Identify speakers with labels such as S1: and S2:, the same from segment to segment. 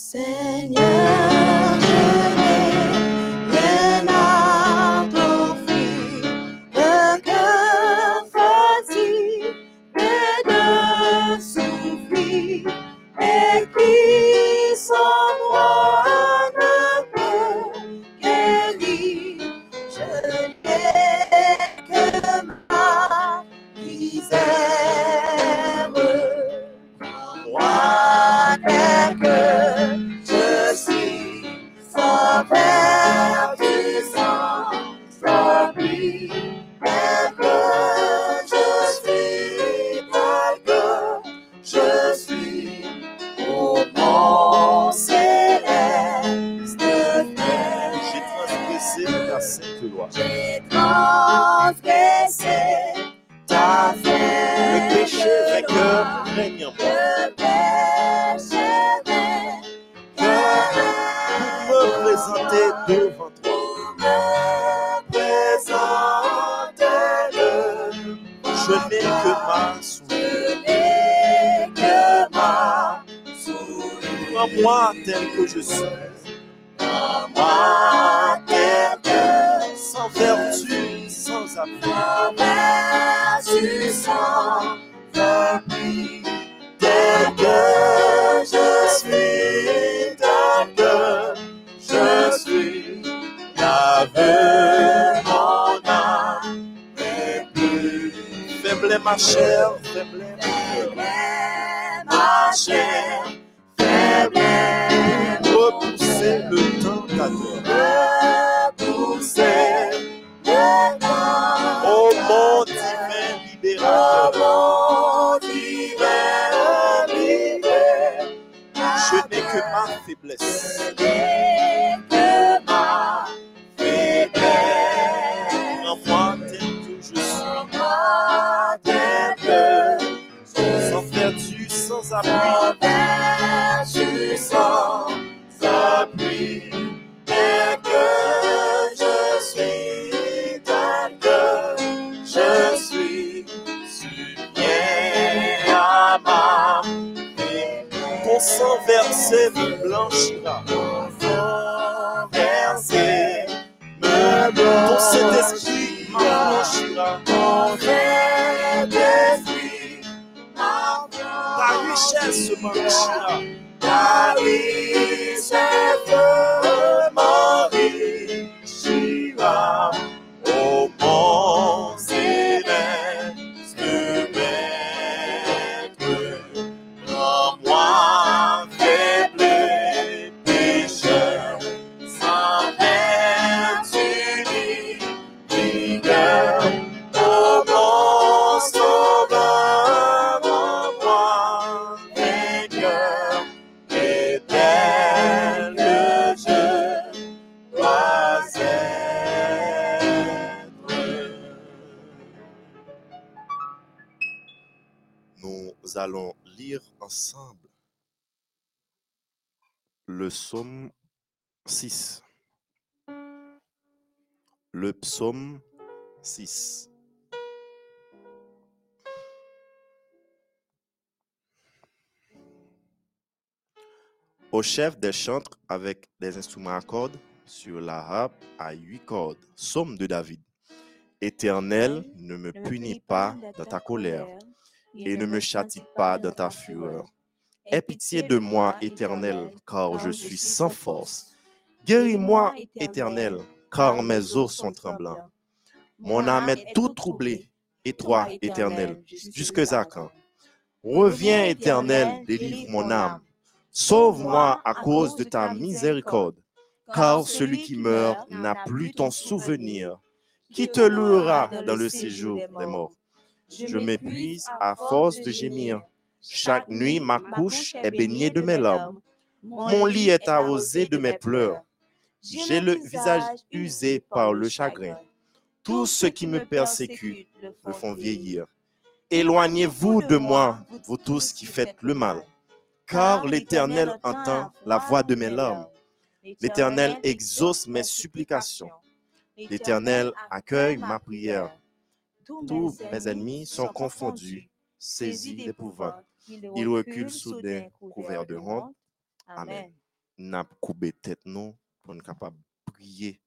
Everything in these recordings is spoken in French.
S1: Seigneur, je n'ai rien à t'offrir, le cœur fatigué de souffrir, et qui sans moi ne peut guérir. Je n'ai que ma misère. Moi tel que je suis, sans vertu, sans prix, tel que je suis, tel que je suis, au mon céleste Père.
S2: J'ai transgressé ta sainte loi.
S1: J'ai transgressé ta sainte
S2: Le péché vainqueur
S1: loi.
S2: règne en moi.
S1: Le péché
S2: Pour me présenter devant toi.
S1: me présente
S2: Je n'ai que ma souillure.
S1: je n'ai que ma souillure.
S2: Prends-moi tel que je suis.
S1: Moi tel que
S2: Sans vertu, sans appui.
S1: sans vertu, sans appui, tel que je suis, tel que je suis, lave mon âme et plus.
S2: Faible est ma chair, faible est mon
S1: Faible
S2: cœur.
S1: est ma chair, faible est
S2: Repousser le tentateur.
S1: repousser le temps.
S2: Ô mon divin libérateur,
S1: Mon divin libérateur,
S2: je n'ai que ma faiblesse.
S1: je n'ai que ma faiblesse.
S2: Prends-moi tel que je suis.
S1: Moi tel que je
S2: Sans vertu, sans appui.
S1: sans vertu, sans appui, tel que je suis, tel que je suis, viens à ma faiblesse.
S2: Ton sang versé me blanchira.
S1: Ton sang versé me
S2: Ton
S1: blanchira.
S2: Saint-Esprit m'affranchira.
S1: Ton Saint-Esprit
S2: Ta richesse m'enrichira.
S1: ta richesse m'enrichira. Ô mon céleste Maître, rends-moi faible et pécheur, sans vertu ni rigueur. Ô mon sauveur, rends-moi vainqueur, et tel que je dois être.
S2: Nous allons lire ensemble le psaume 6. Le psaume 6. Au chef des chantres avec des instruments à cordes sur la harpe à 8 cordes. Psaume de David. Éternel, ne me punis pas dans ta colère et ne me châtie pas dans ta fureur. Aie pitié de moi, Éternel, car je suis sans force. Guéris-moi, Éternel, car mes os sont tremblants. Mon âme est tout troublée, et toi, Éternel, jusque à quand? Reviens, Éternel, délivre mon âme. Sauve-moi à cause de ta miséricorde, car celui qui meurt n'a plus ton souvenir. Qui te louera dans le séjour des morts? Je m'épuise à force de gémir. Chaque nuit, ma couche est baignée de mes larmes. Mon lit est arrosé de mes pleurs. J'ai le visage usé par le chagrin. Tous ceux qui me persécutent me font vieillir. Éloignez-vous de moi, vous tous qui faites le mal, car l'Éternel entend la voix de mes larmes. L'Éternel exauce mes supplications. L'Éternel accueille ma prière. Tous mes ennemis sont confondus, saisis d'épouvante. Ils reculent soudain, couverts de honte. Amen. n'a coupé tête nous pour nous capable de prier.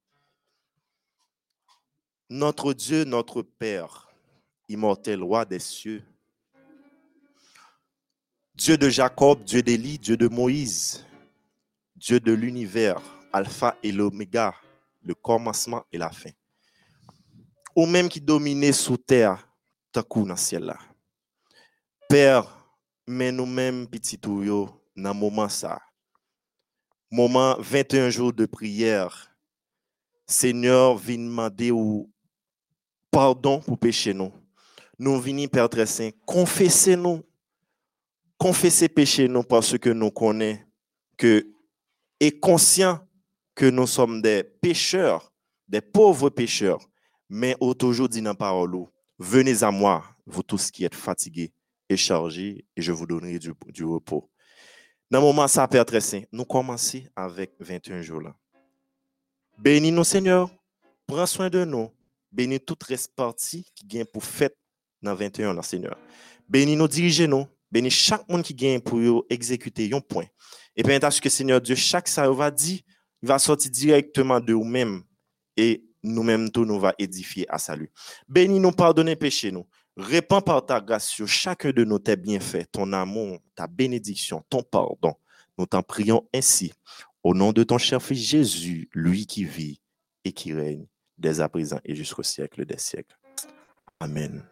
S2: Notre Dieu, notre Père, immortel roi des cieux, Dieu de Jacob, Dieu d'Élie, Dieu de Moïse, Dieu de l'univers, Alpha et l'Oméga, le commencement et la fin. Ou même qui dominait sous terre, tant coup dans le ciel là. Père, mais nous-mêmes, petit touyo, dans moment ça. Moment 21 jours de prière. Seigneur, viens demander ou pardon pour péché nous. Nous venons, Père très saint, confessez-nous. Confessez péché nous parce que nous connaissons que et conscients que nous sommes des pécheurs, des pauvres pécheurs. Mais aujourd'hui dans la parole, venez à moi, vous tous qui êtes fatigués et chargés, et je vous donnerai du repos. Dans le moment, ça, Père très saint, nous commençons avec 21 jours là. Bénis nous, Seigneur, prends soin de nous. Bénis toute reste partie qui gagne pour fête dans 21 là, Seigneur. Bénis nous, dirigez-nous. Bénis chaque monde qui gagne pour exécuter un point. Et puis, parce que Seigneur Dieu, chaque ça va dire, il va sortir directement de nous-mêmes et nous-mêmes tout nous va édifier à salut. Bénis nous, pardonnez péché nous. Répands par ta grâce sur chacun de nous tes bienfaits, ton amour, ta bénédiction, ton pardon. Nous t'en prions ainsi. Au nom de ton cher Fils Jésus, lui qui vit et qui règne dès à présent et jusqu'au siècle des siècles. Amen.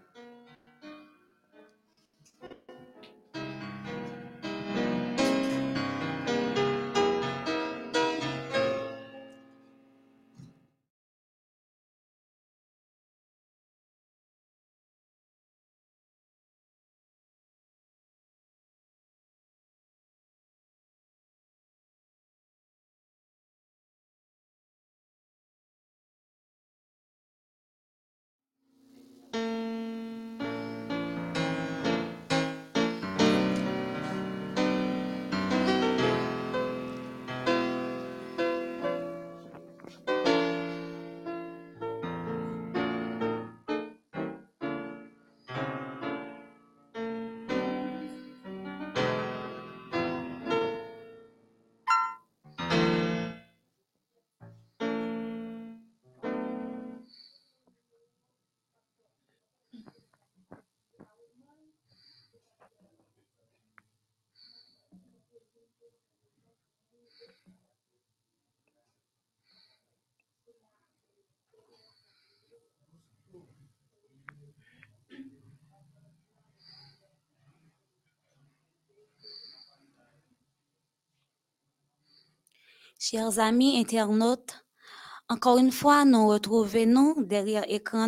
S3: Chers amis internautes, encore une fois, nous retrouvons derrière l'écran,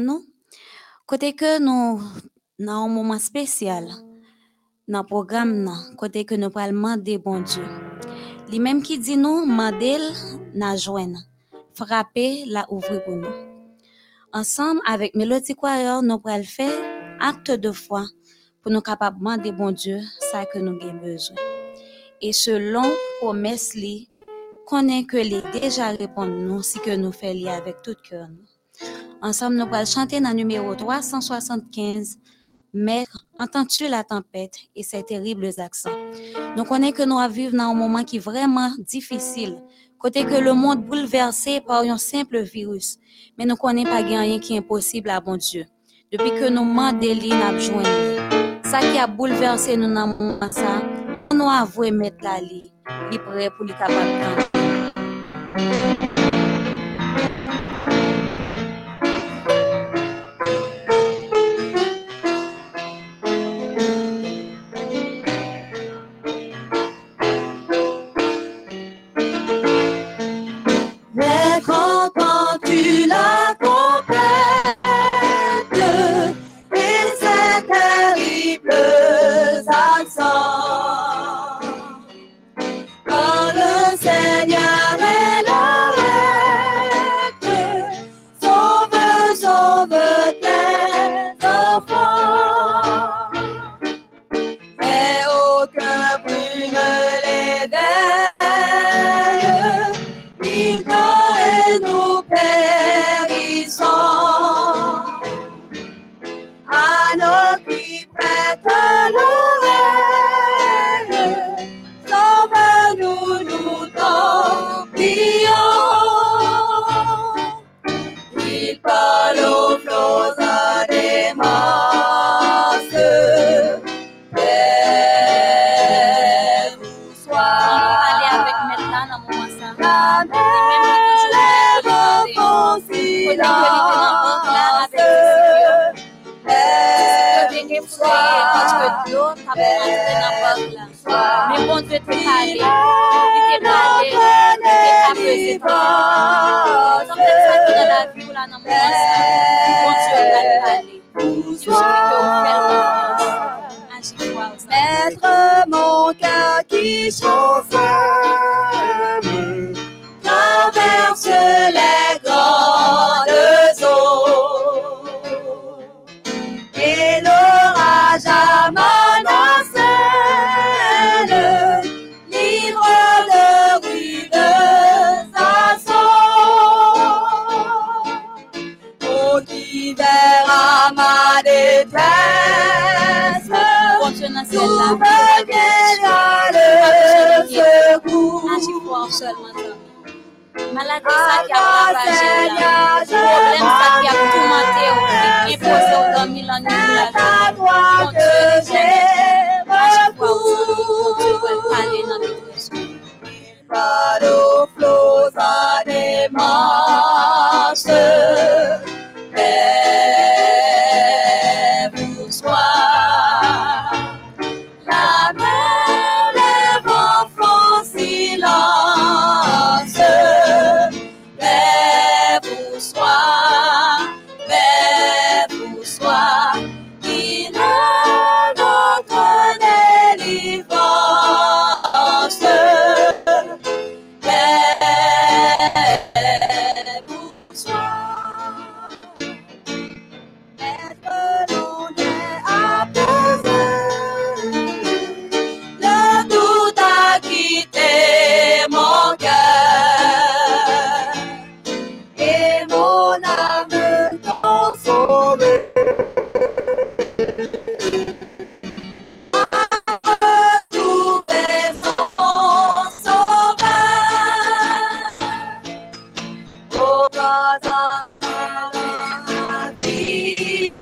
S3: côté que nous dans un moment spécial, dans le programme, côté que nous parlons demander bon Dieu. Lui-même qui dit nous, mandel, na joindre, frapper, la ouvrir pour nous. Ensemble, avec Mélodie Choir, nous pourrons faire acte de foi pour nous capables de demander bon Dieu, ça que nous avons besoin. Et selon promesse li, connaît que les déjà répondre nous si que nous faisons avec tout cœur. Ensemble, nous allons chanter dans le numéro 375. Mais entends-tu la tempête et ses terribles accents? Nous connaissons que nous vivons dans un moment qui est vraiment difficile, côté que le monde bouleversé par un simple virus. Mais nous connaissons pas rien qui est impossible à bon Dieu. Depuis que nous demandons n'a joindre, ça qui a bouleversé nous dans le moment ça, nous avouer mettre la lit, il prêt pour les capables.
S1: Il nous périt.
S3: l'eau, t'as pas rentré dans la porte là. Mais bon Dieu t'es parlé. Il t'est parlé. Il t'est apaisé. Donc, c'est ça qui est dans la vie ou là, dans mon sang. Bon Dieu va te parler. Il suffit que vous faites confiance. Agis-toi au
S1: Maître, mon cœur qui chauffe, traverse les grandes eaux. Et l'orage à menacé le livre de rudes assauts. Au hiver à ma détresse, tout me viendra le secours.
S3: Agis-toi seulement. Maladie ça qui a ravagé là, problème ça qui a tourmenté, imposé au dans mille ans de
S1: toi que j'ai recours.
S3: Tu peux parler dans notre esprit.
S1: Pas d'eau flots à des masses, vous soir. La mer, les vents font silence, vous soir, vous soir. Il est notre délivrance. Vous soir. Être l'onde apaisé, le doute a quitté mon cœur et mon âme consolée. Retrouver son sauveur au hasard la vie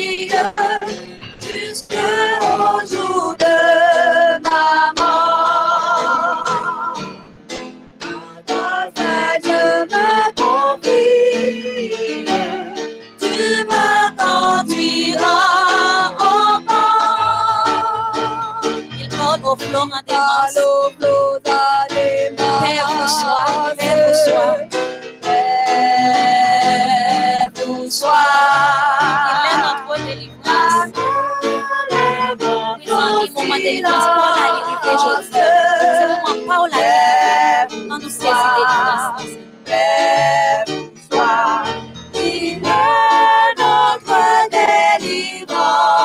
S1: jusqu'au jour de ma mort. À ta fête, je me confie, tu me conduiras encore.
S3: Il porte au flot en
S1: À
S3: démence.
S1: l'eau flot à des
S3: Père, vous sois,
S1: masses.
S3: Père, vous sois.
S1: Père, vous sois.
S3: Il est notre délivrance. Présent, il moment de délivrance, Paul a livré Jésus. C'est le moment Paul a livré. On nous saisit délivrance.
S1: Père, vous sois. Il est notre délivrance.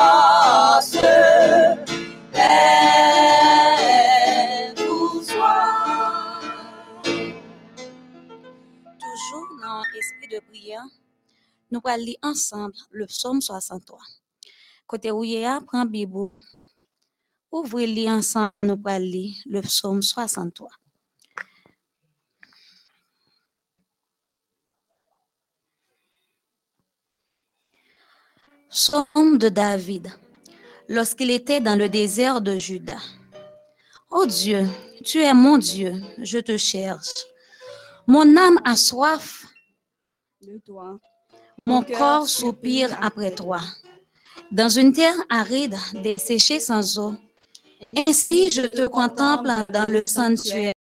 S1: Père, vous sois.
S3: Toujours dans l'esprit de prière, nous allons lire ensemble le psaume 63. Côté où il y a, prends Bible. Ouvrez-le ensemble, nous allons lire le psaume 63. Psaume de David, lorsqu'il était dans le désert de Juda. Ô Dieu, tu es mon Dieu, je te cherche. Mon âme a soif,
S1: De toi.
S3: mon corps soupire après toi. Dans une terre aride, desséchée sans eau, ainsi je te contemple dans le sanctuaire.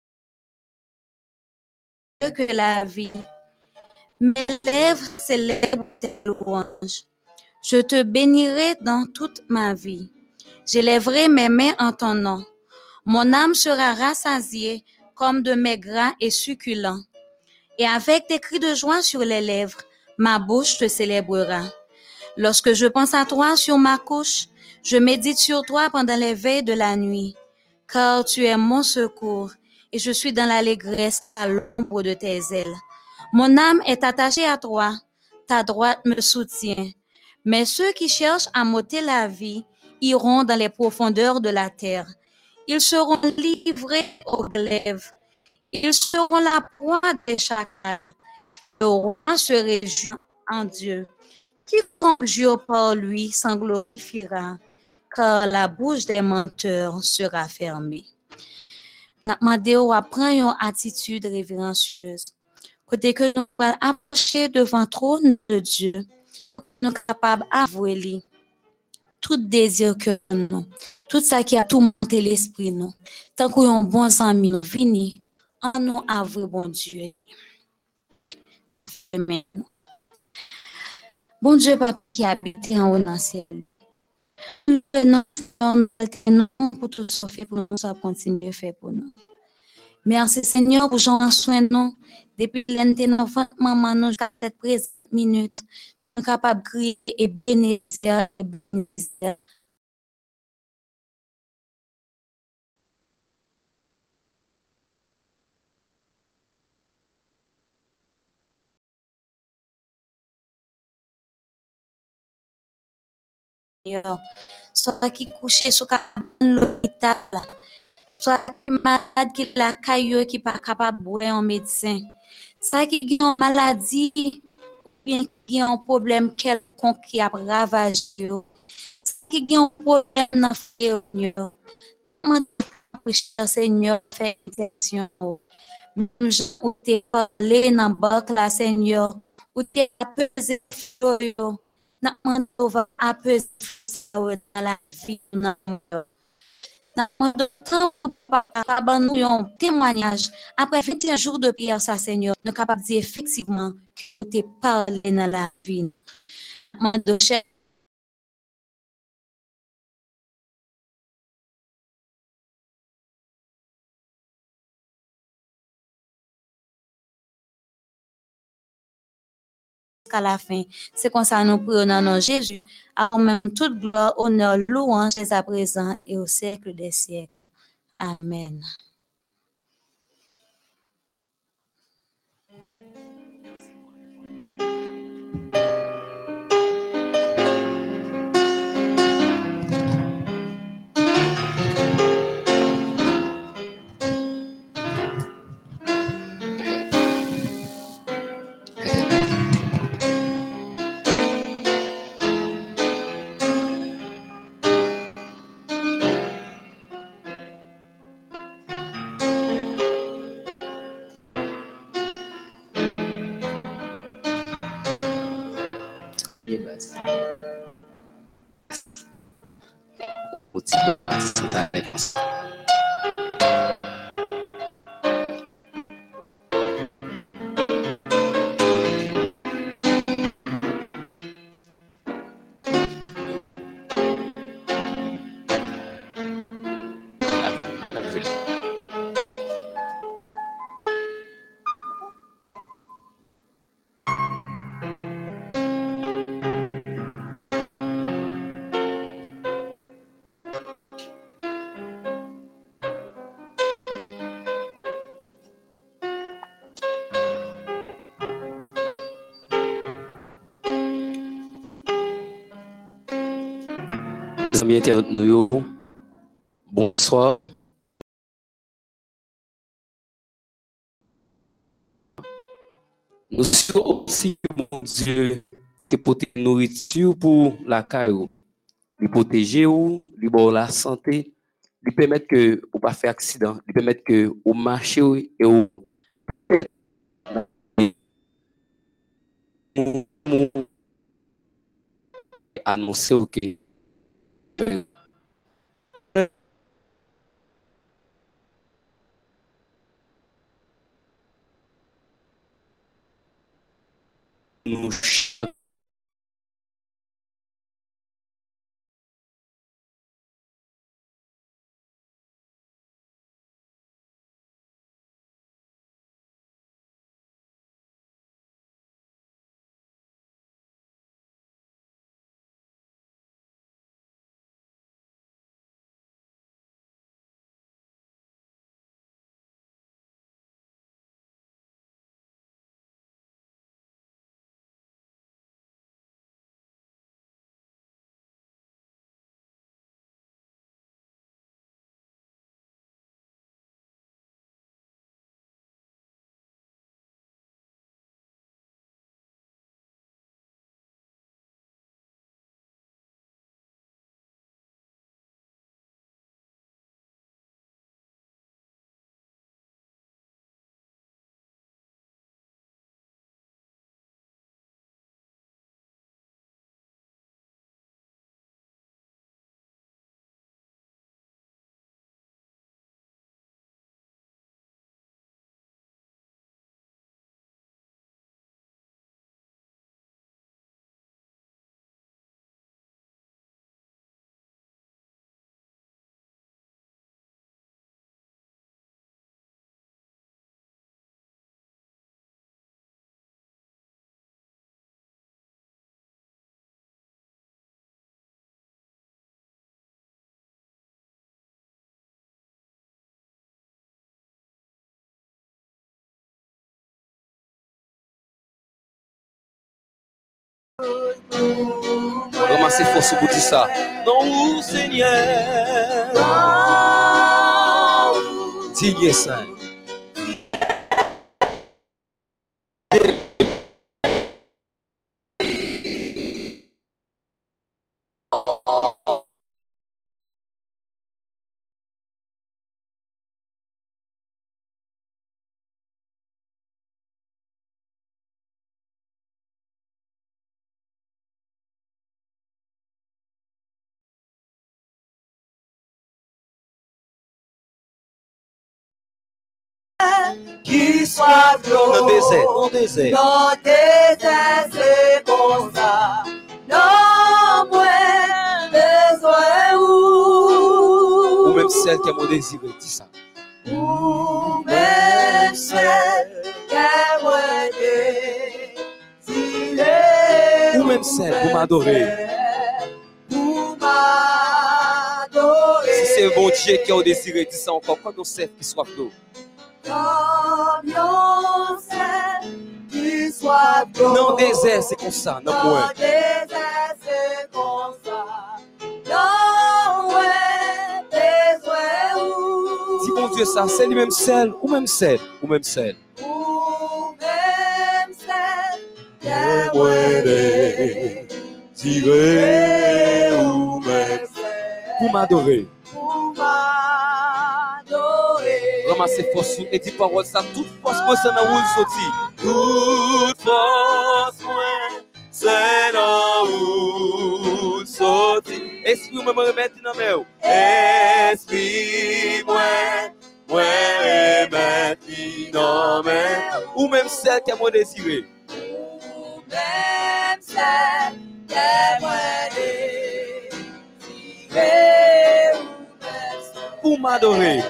S3: Que la vie, mes lèvres célèbrent tes louanges. Je te bénirai dans toute ma vie. J'élèverai mes mains en ton nom. Mon âme sera rassasiée comme de mets gras et succulents. Et avec des cris de joie sur les lèvres, ma bouche te célébrera. Lorsque je pense à toi sur ma couche, je médite sur toi pendant les veilles de la nuit, car tu es mon secours et je suis dans l'allégresse à l'ombre de tes ailes. Mon âme est attachée à toi, ta droite me soutient. Mais ceux qui cherchent à m'ôter la vie iront dans les profondeurs de la terre. Ils seront livrés aux glaives. Ils seront la proie des chacals. Le roi se réjouit en Dieu. Quiconque jure par lui s'en glorifiera, car la bouche des menteurs sera fermée. Nous demandons à prendre une attitude révérencieuse. Côté que nous allons approcher devant le trône de Dieu, nous sommes capables d'avouer lui. tout désir que nous, tout ça qui a tout monté l'esprit nous. Tant qu'on un bon ami, nous fini, en nous à vrai bon Dieu. Amen. Bon Dieu, papa qui habite en haut dans le ciel. Nous pour tout ce fait pour nous, ça continue de faire pour nous. Merci Seigneur pour j'en soin nous. Depuis l'année de notre maman, nous jusqu'à cette présente minute, nous sommes capables de crier et bénir. Soit qui couché sur l'hôpital, soit qui malade qui la caillou qui pas capable de boire un médecin, soit qui a une maladie, bien qui a un problème quelconque qui a ravagé, qui a un problème dans le cher Seigneur, fait intercession. Même où t'es parlé dans la banque, là, Seigneur, où t'es apaisé, n'a pas va apaiser dans la vie, n'a pas nous un témoignage. Après 21 jours de prière, ça, Seigneur, nous sommes capables de dire effectivement que tu parlé dans la vie. De cher à la fin. C'est comme ça nous prions dans nom Jésus. À même toute gloire, honneur, louange dès à présent et au siècle des siècles. Amen.
S4: Amis internautes, bonsoir. Nous sommes aussi, mon Dieu, te porter nourriture pour la caillou, lui protéger ou, lui donner la santé, lui permettre que ou pas faire accident, lui permettre que au marché et au annoncer que nous Ramassez force pour dire ça. Non, Seigneur. Digne Saint.
S1: Qui soit
S4: Dans le désert,
S1: dans
S4: dans le désert.
S1: le désert, c'est comme ça. Non, moi, besoin
S4: Ou même celle qui a mon désir, dis ça.
S1: ou même celle qui moi désiré.
S4: Ou même celle pour m'adorer.
S1: Pour m'adorer.
S4: Si c'est bon Dieu qui a désiré, dis ça encore. Quand on sait qui soit d'eau.
S1: Comme yon sait qui soit d'eau.
S4: Dans le désert, c'est comme ça, non
S1: Dans
S4: moins.
S1: le désert, c'est comme ça. Non, ouais, besoin ou.
S4: Dis mon Dieu ça, c'est lui-même celle, ou même celle, ou même celle.
S1: Ou même celle
S2: Que moi désirer ou même
S4: Pour m'adorer.
S1: pour m'adorer.
S4: Ramassez force et dis parole ça. Toute force moi c'est dans où il sortit. Toute force moi c'est dans où il sortit. Esprit moi me remettre dans mes mains. Esprit moi remettre dans mes mains. Ou même celle qui a mon désiré.
S1: Ou même celle que moi désiré. Ou même celle
S4: Pour m'adorer.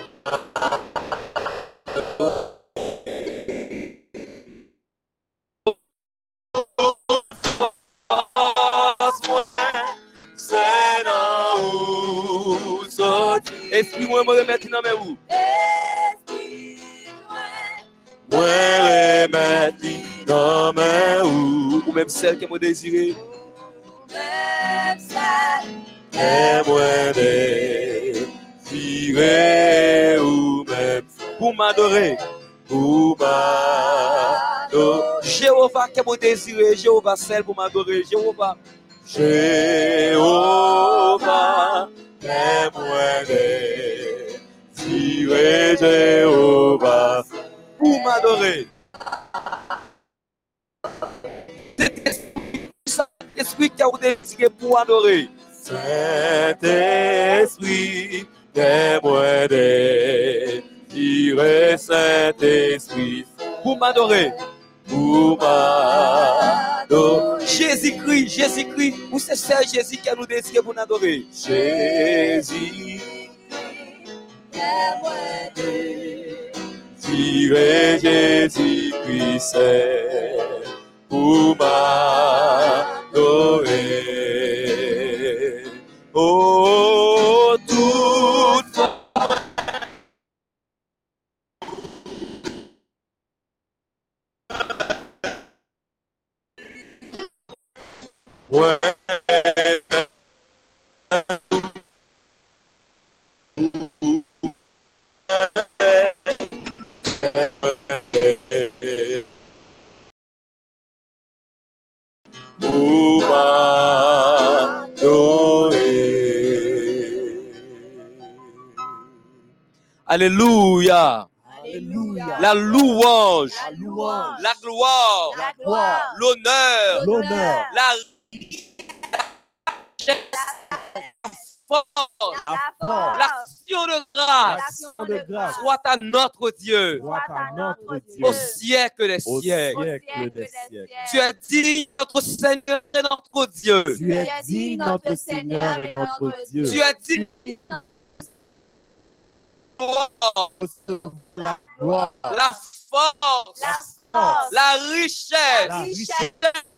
S4: C'est dans où il sortit. Esprit moi me remettre dans mes mains.
S1: esprit
S2: moi remettre dans mes
S4: Ou même celle qui a mon désiré.
S1: ou même celle
S2: que moi désirer ou même
S4: Pour m'adorer.
S2: pour m'adorer.
S4: Jéhovah qui a mon désiré. Jéhovah celle pour m'adorer. Jéhovah.
S2: Jéhovah, que moi désirer Jéhovah.
S4: Pour m'adorer. Esprit qui a désiré pour adorer.
S2: Saint-Esprit, que moi désirer Saint-Esprit.
S4: Pour m'adorer.
S2: Pour m'adorer.
S4: Jésus-Christ, Jésus-Christ. Où c'est ça Jésus qui a nous désiré pour nous adorer.
S2: Jésus,
S1: que moi
S2: tirez Jésus-Christ, c'est pour m'adorer. Oh, toute ouais. Pour m'adorer.
S4: Alléluia.
S1: Alléluia.
S4: La louange.
S1: La louange.
S4: La gloire.
S1: La gloire.
S4: L'honneur.
S1: L'honneur.
S4: La force.
S1: La force.
S4: L'action de grâce.
S1: L'action de grâce.
S4: Soit à notre Dieu.
S1: Soit à notre Dieu.
S4: Au siècle des
S2: Au
S4: siècles.
S1: siècle des siècles.
S4: Tu es digne, notre Seigneur et notre Dieu.
S1: Tu es digne, notre Seigneur et notre Dieu.
S4: Tu es digne.
S1: Gloire.
S4: La force.
S1: La force.
S4: La richesse.
S1: La richesse.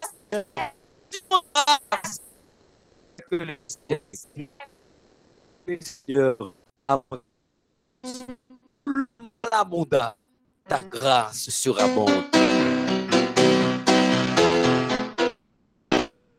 S4: Que le Seigneur abonde, ta grâce surabonde.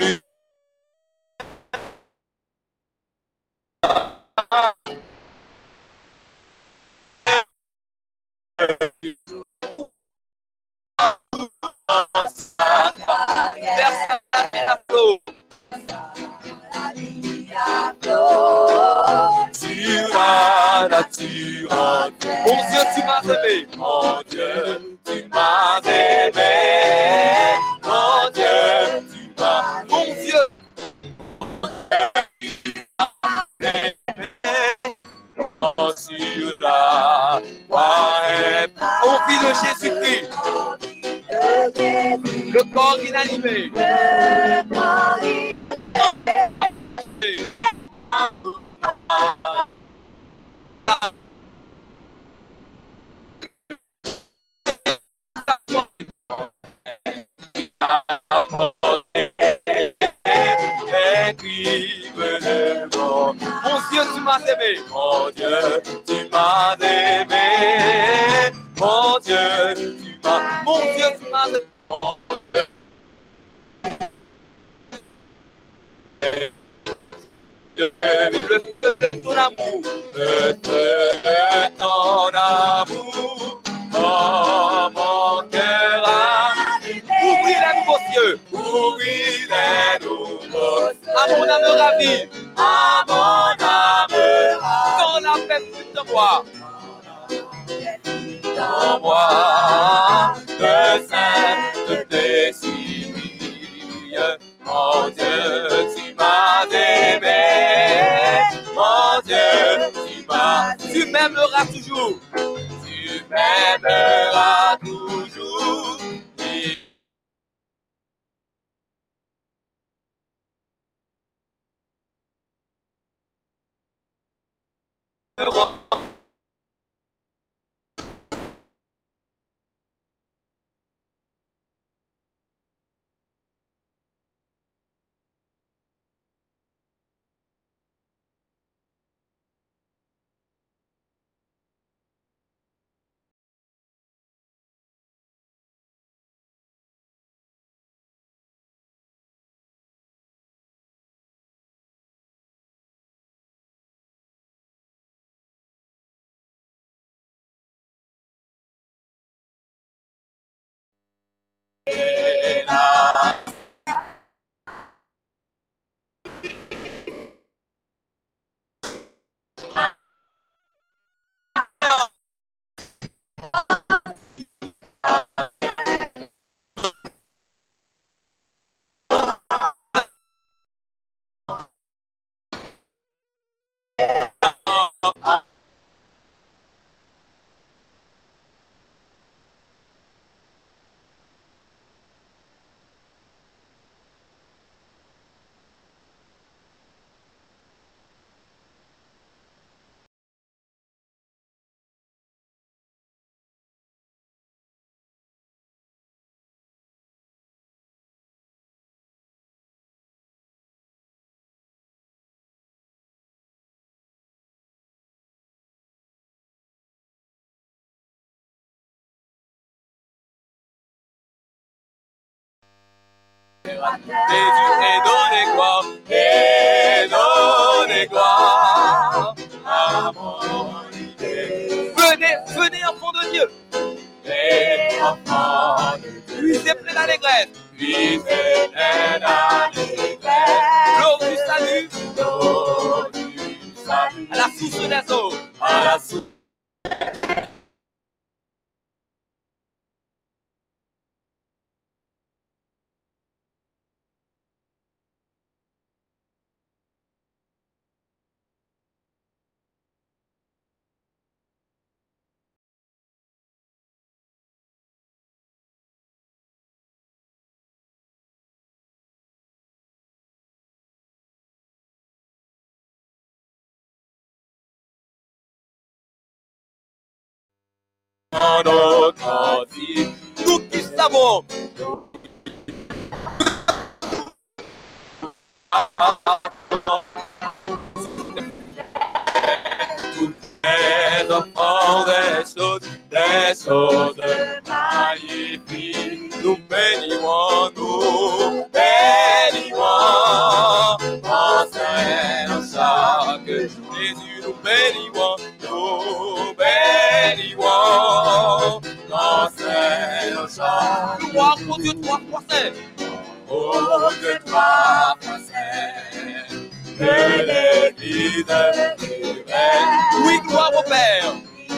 S1: Sur la nature entière.
S5: Mon Dieu, tu m'as aimé.
S1: Mon Dieu, tu m'as aimé. Mon Dieu, tu m'as
S5: Mon Dieu,
S1: sur la croix est
S5: au vie de Jésus-Christ, le corps inanimé. Mon Dieu, tu m'as aimé.
S1: Mon Dieu, tu m'as aimé. Mon Dieu, tu m'as.
S5: Mon Dieu, tu m'as aimé.
S1: Ton amour, ton amour, dans mon cœur a
S5: Ouvris les nouveaux cieux.
S1: ouvert les nouveaux cieux.
S5: À mon âme ravie,
S1: À mon âme,
S5: dans la paix de moi.
S1: dans moi, de sainteté suivie. Mon Dieu, tu m'as aimé. Mon Dieu, tu m'as.
S5: Tu m'aimeras toujours.
S1: Tu m'aimeras toujours. Et donné gloire à mon idée.
S5: Venez, enfants de Dieu.
S1: Les enfants de Dieu,
S5: Puisez plein d'allégresse.
S1: vivez l'allégresse,
S5: L'eau du salut
S1: l'eau du salut,
S5: à la source des eaux.
S1: à la source. En notre vie,
S5: Nous qui savons
S1: les enfants des choses magnifiques, nous bénissons, Jésus, nous bénissons, dans ces chants.
S5: Gloire pour Dieu, toi, français.
S1: Oh, que toi, français, que l'Église humaine.
S5: Oui, gloire au Père.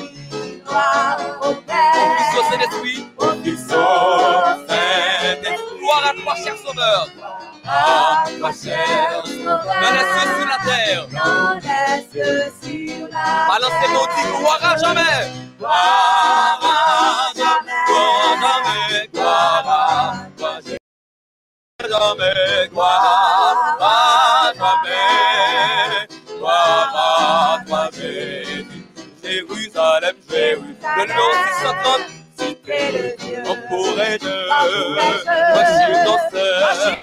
S5: Au Fils, au Saint-Esprit.
S1: Au Fils, au Saint-Esprit.
S5: Gloire à toi, cher Sauveur.
S1: À toi, cher Sauveur.
S5: Dans les cieux, sur la terre.
S3: Dans les cieux, sur la
S5: Balancez-moi, dit gloire à jamais.
S1: Gloire à jamais, gloire à toi, jamais, gloire à jamais, gloire à toi, Jérusalem, Jérusalem.
S5: Le numéro 630.
S3: cité de Dieu.
S1: On pourrait Dieu,
S3: Voici
S1: dans ce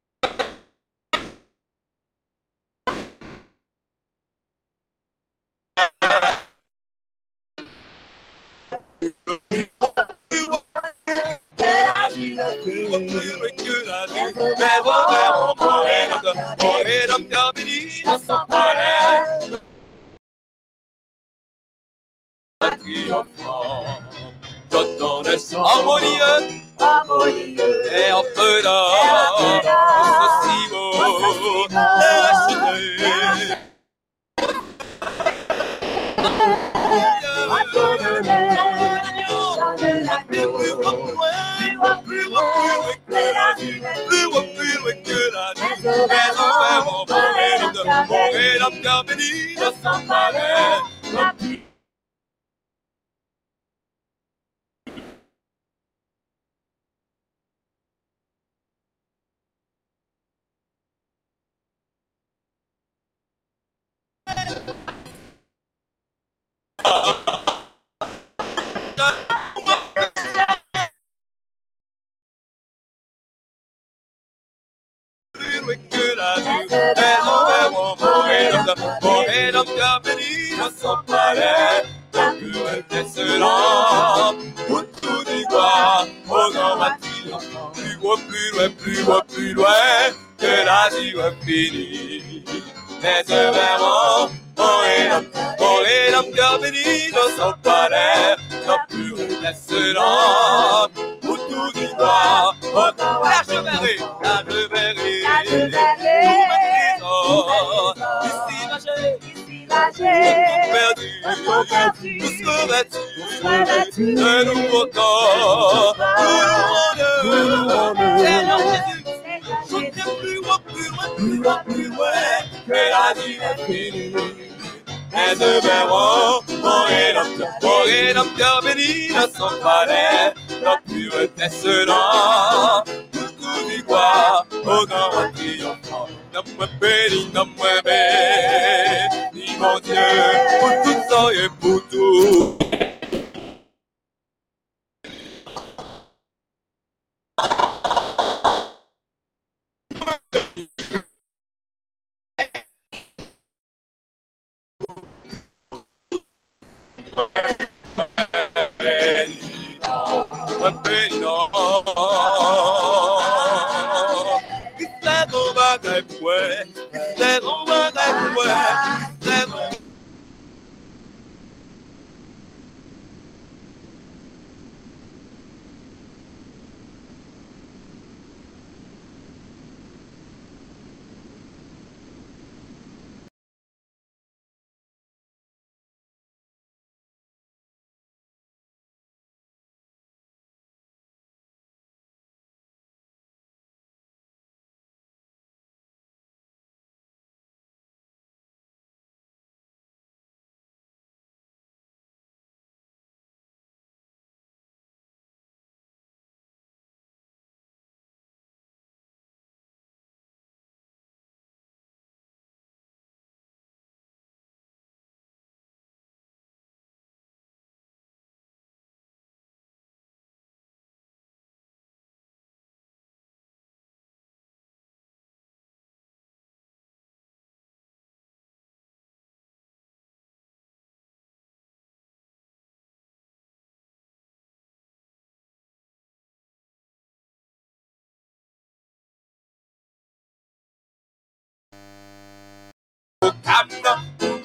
S5: Harmonieux et en feu d'or, ceci vaut racheté.
S1: Plus loin que la vie finie. Les yeux verront mon homme cœur béni dans son palais, non plus excellent, pour tout y voir, la cheverrie, nous maîtrisons, ici perdu, tous revêtus, de nouveaux corps, nous rendons, Seigneur Jésus, je t'aime plus loin, que la vie est finie. Les deux verront mon homme cœur béni dans son palais, non plus étincelant, pour tout y voir, au grand triomphant. Nomme-moi béni, mon Dieu, pour tout ça et pour tout.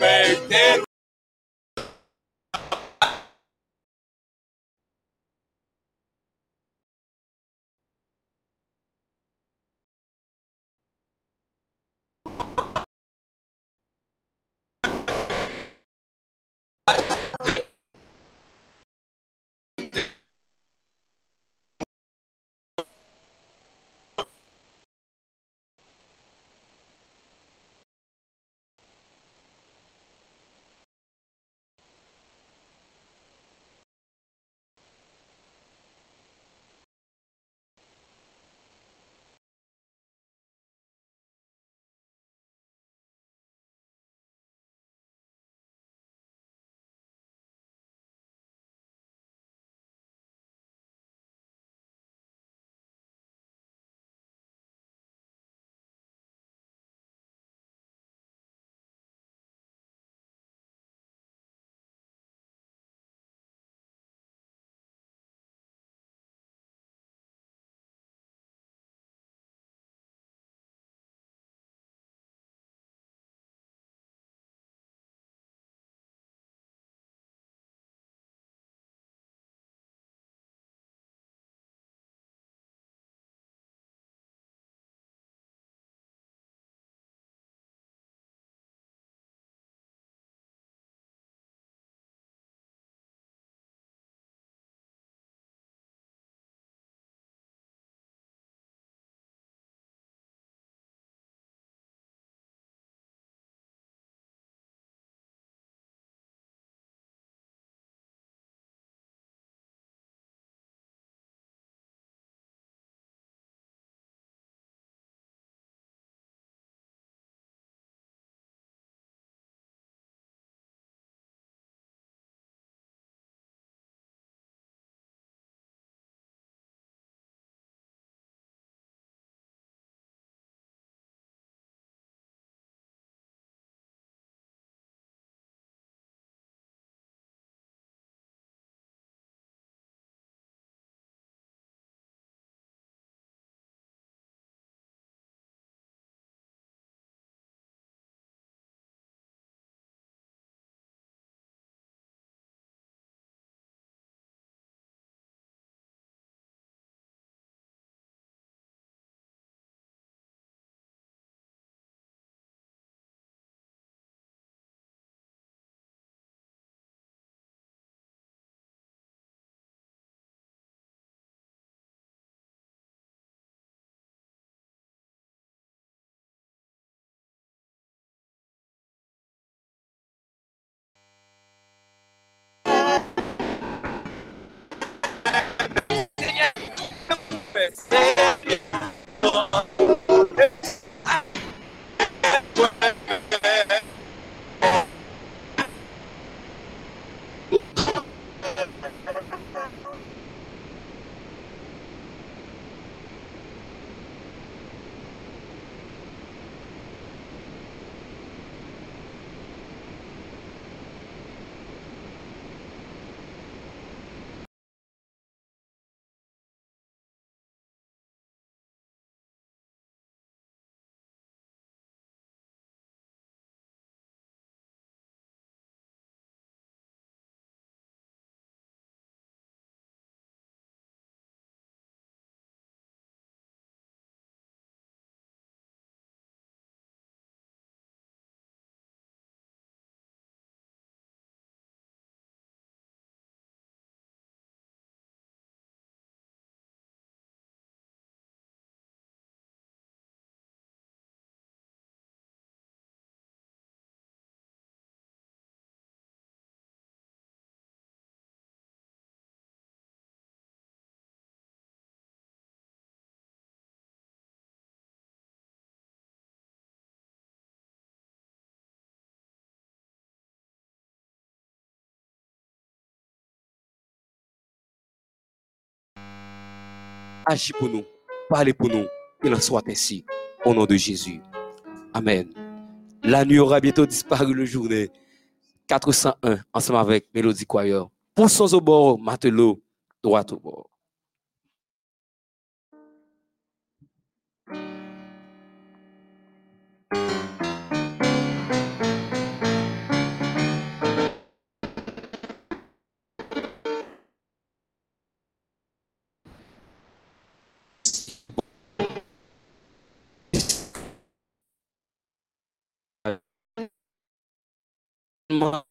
S5: ouais,
S4: Agis pour nous, parlez pour nous, qu'il en soit ainsi, au nom de Jésus. Amen. La nuit aura bientôt disparu le journée. 401, ensemble avec Mélodie Choir. Poussons au bord, matelot, droit au bord. tellement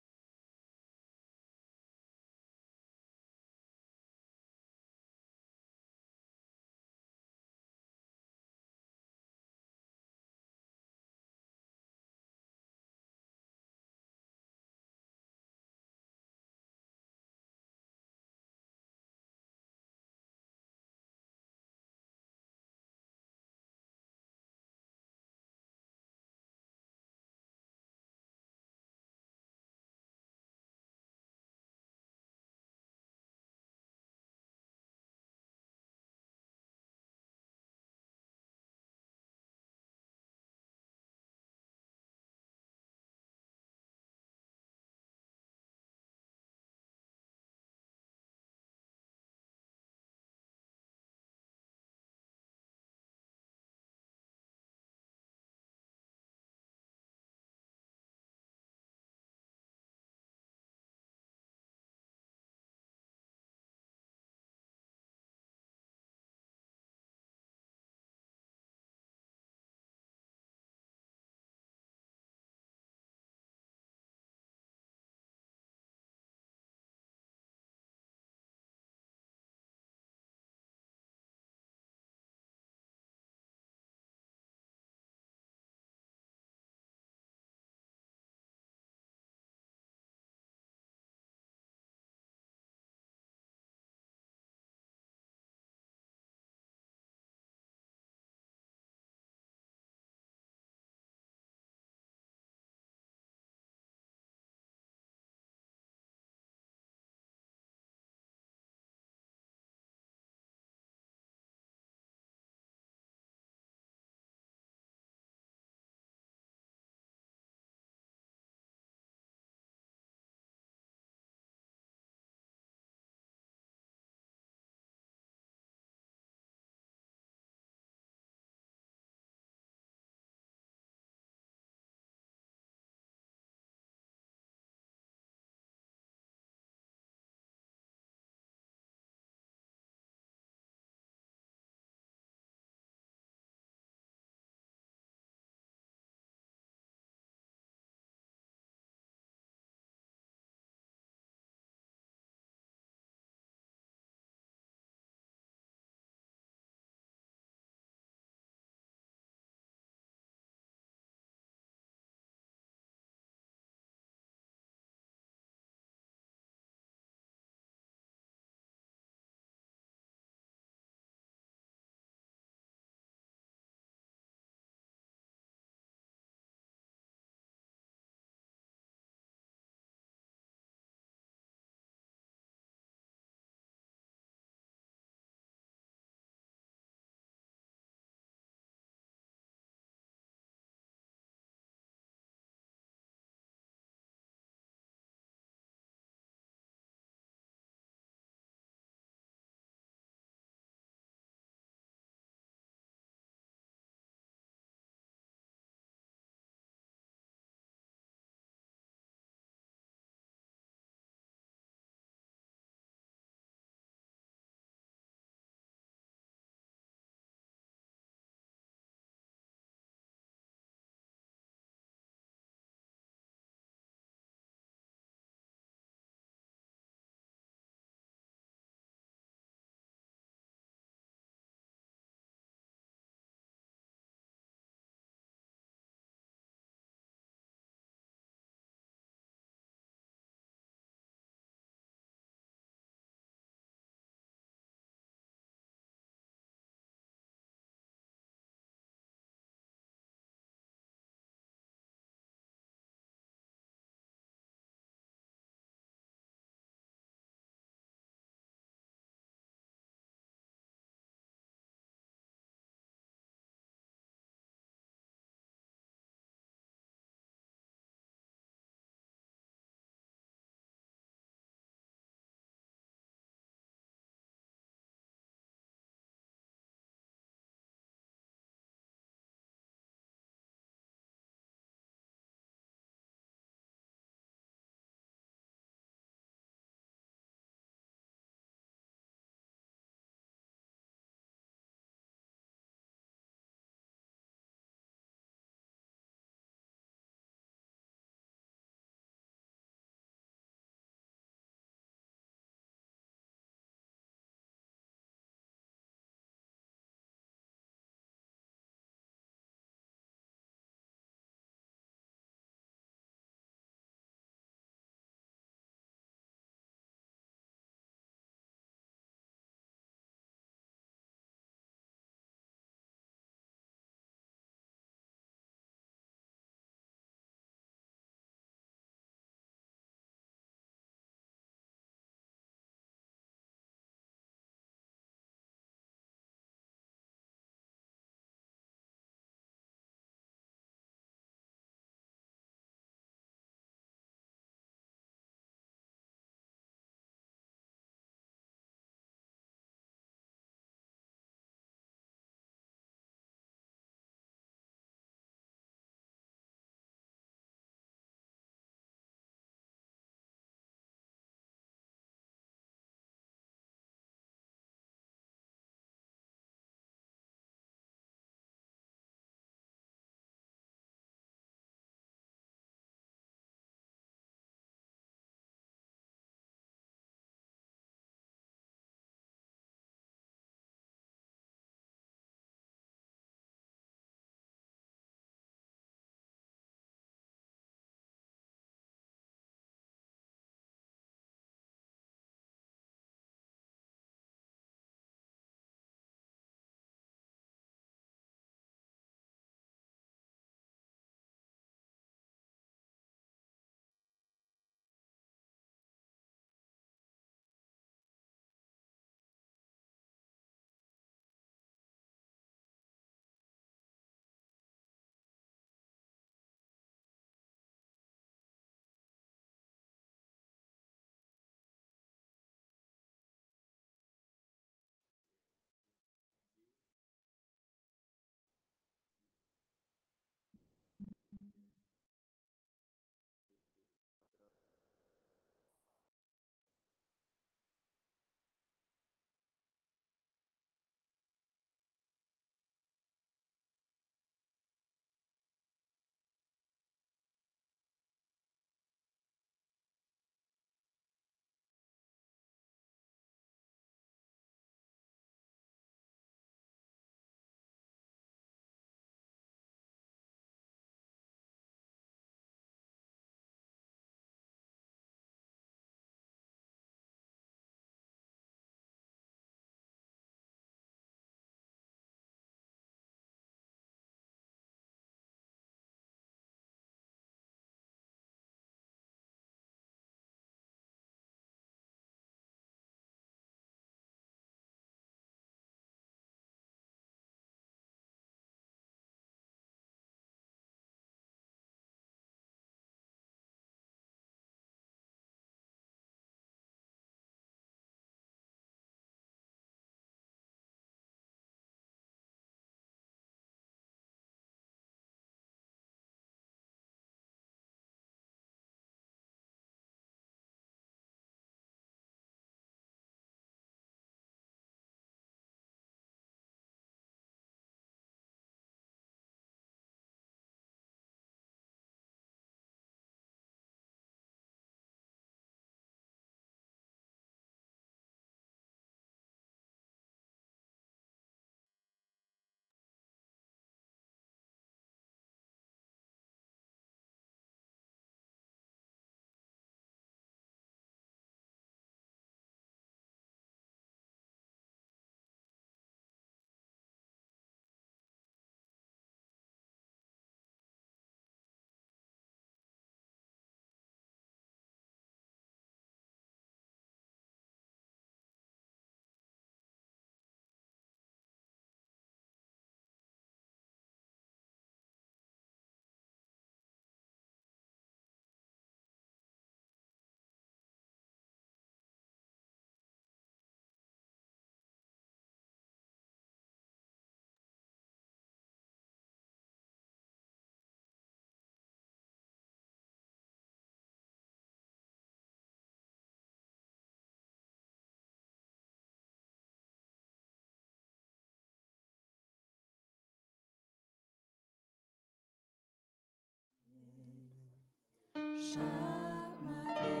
S3: chaque matin.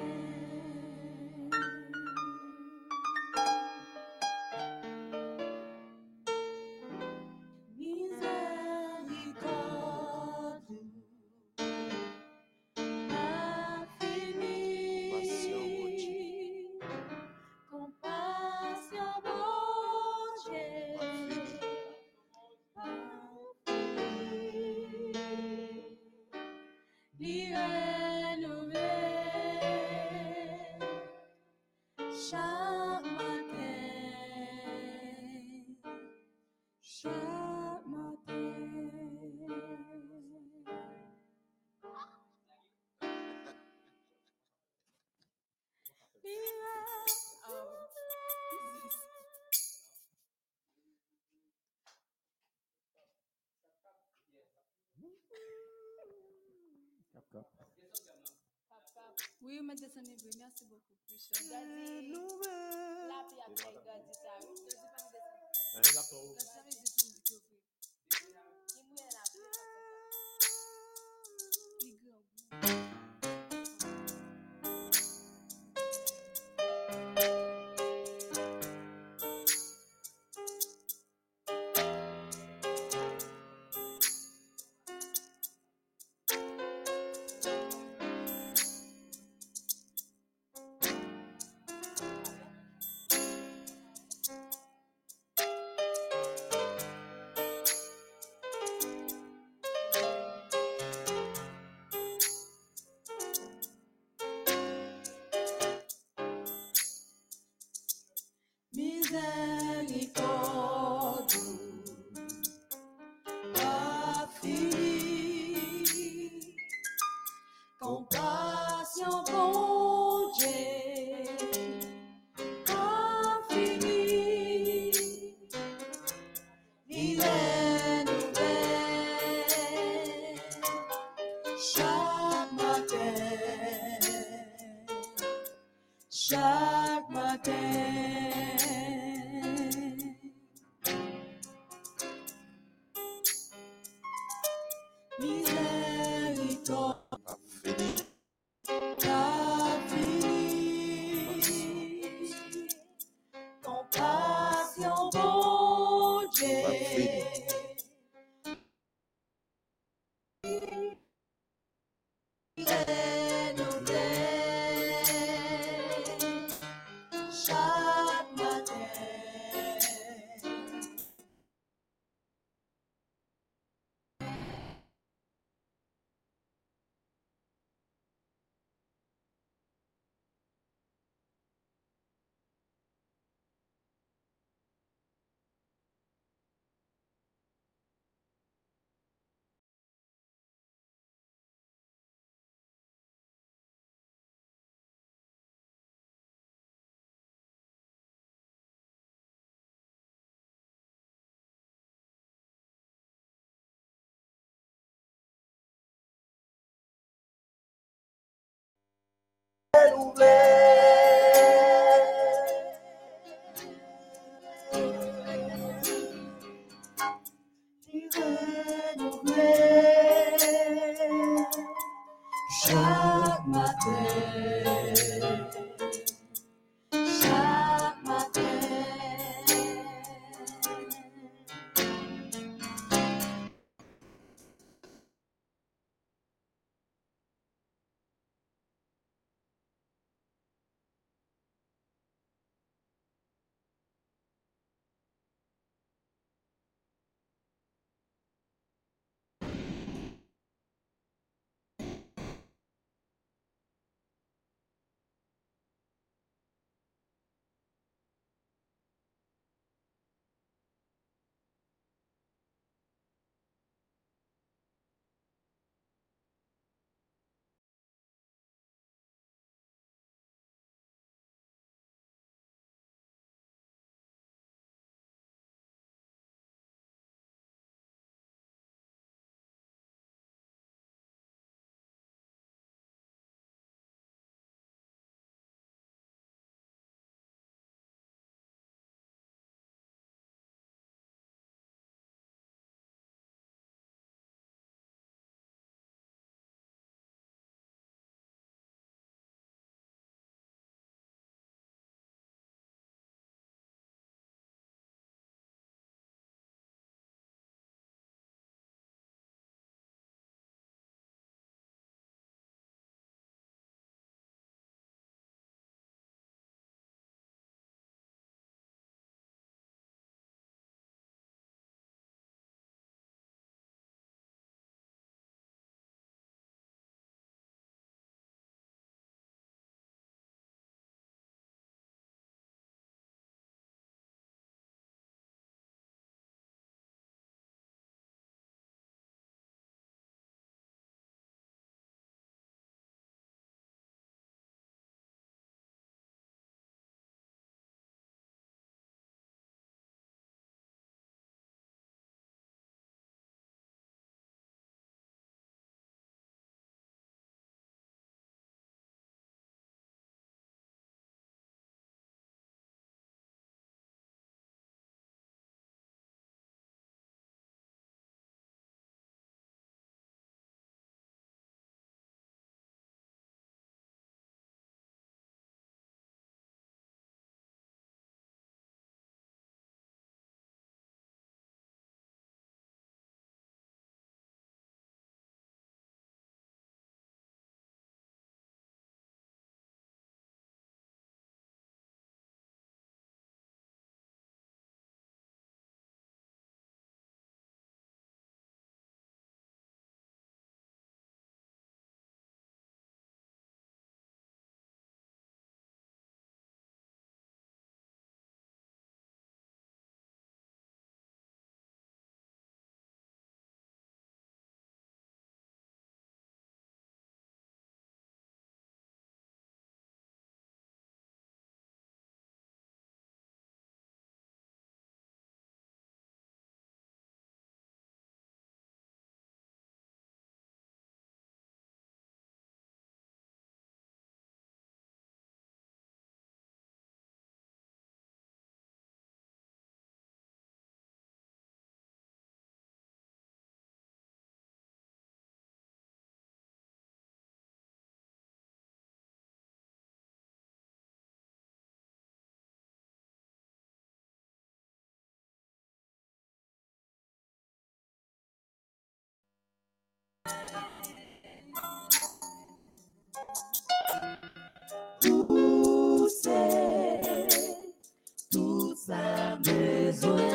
S3: Miséricorde infinie, compassion, bon Dieu, il renouvelle chaque matin. Oui, mais descendez, merci beaucoup. Gadi, la puis après, Gadi, ça. Gadi, pas miséricorde infinie, compassion, bon Dieu, infinie, il est nouvelle chaque matin. Miséricorde infinie, compassion, bon Dieu, il est nouvelle chaque matin. Chaque matin.
S1: Tout ça besoin.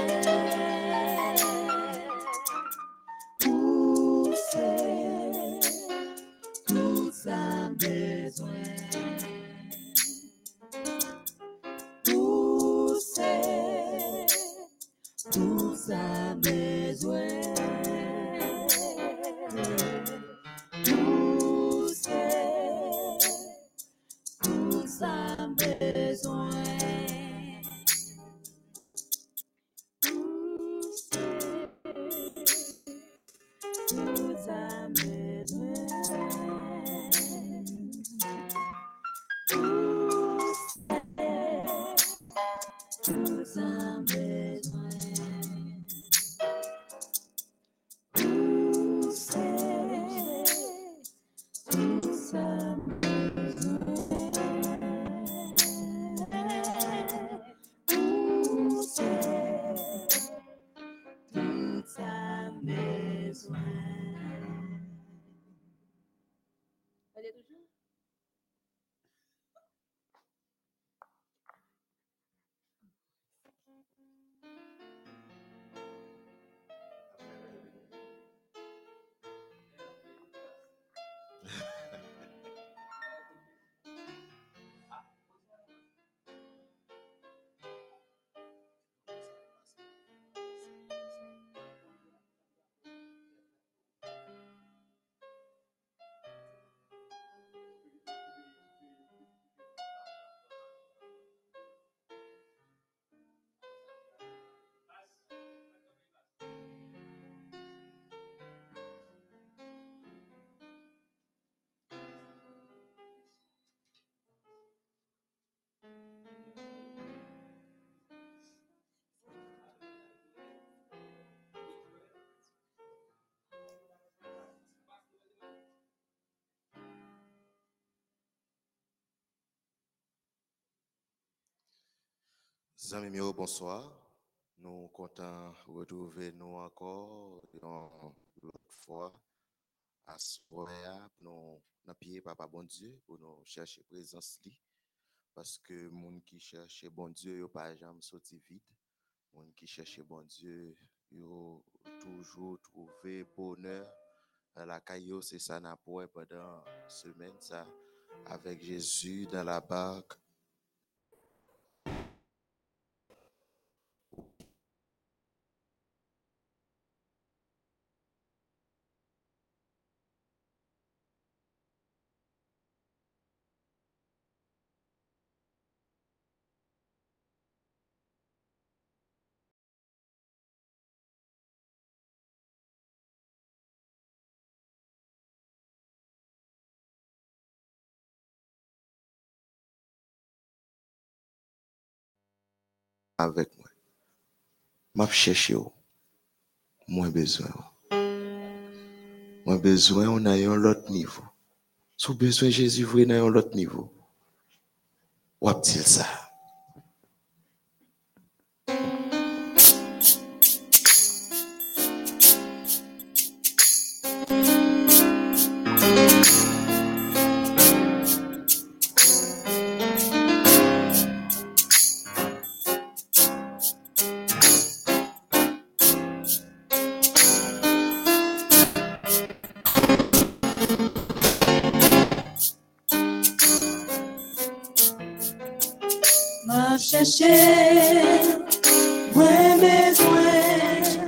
S1: Tout ça besoin. Tout ça besoin. Tout ça besoin. Tout ça
S2: Amis mieux, bonsoir. Nous sommes contents de retrouver nous encore une autre fois à soir. Nous prions Papa bon Dieu pour nous chercher présence li parce que moun qui cherche bon Dieu yo pas jamais sorti vite. Moun qui cherche bon Dieu yo toujours trouver bonheur dans la caillou, c'est ça n'a pas pendant semaine ça avec Jésus dans la barque. Avec moi. M'a cherché moins besoin. Moins besoin on a un autre niveau. Sous besoin Jésus vrai dans un autre niveau. Ou a-t-il ça?
S1: M'a cherché, ouais besoin,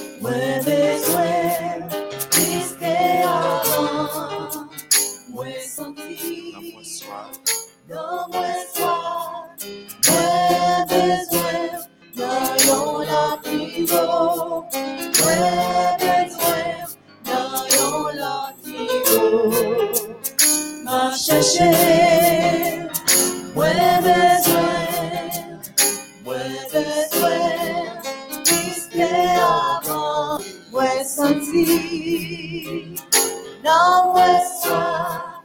S1: puisque avant, ouais senti, dans moi soir, ouais besoin, dans yon la niveau, ouais besoin, dans yon la niveau, m'a cherché, ouais besoin. Senti, não é só,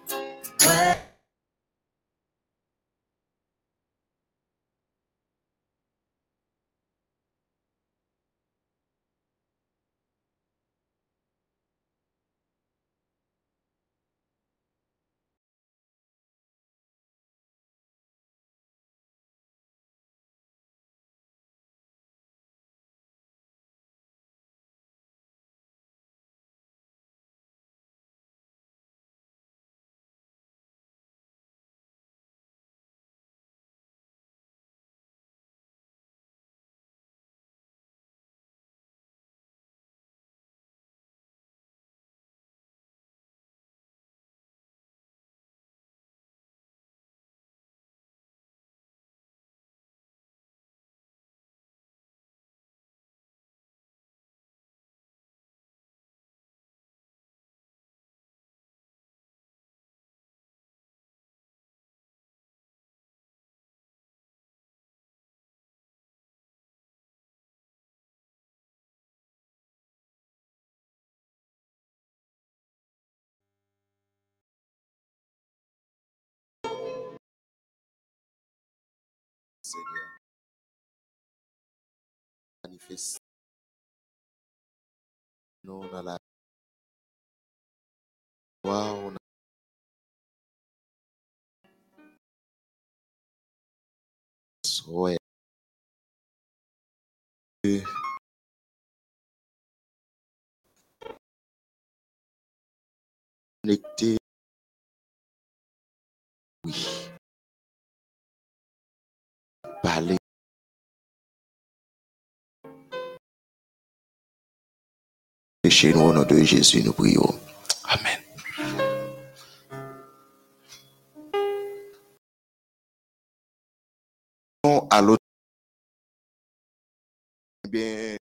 S2: Seigneur. Manifeste nous dans la joie, on a soin. Connecté, oui. Parler. Chez nous, au nom de Jésus, nous prions. Amen. À l'autre, bien,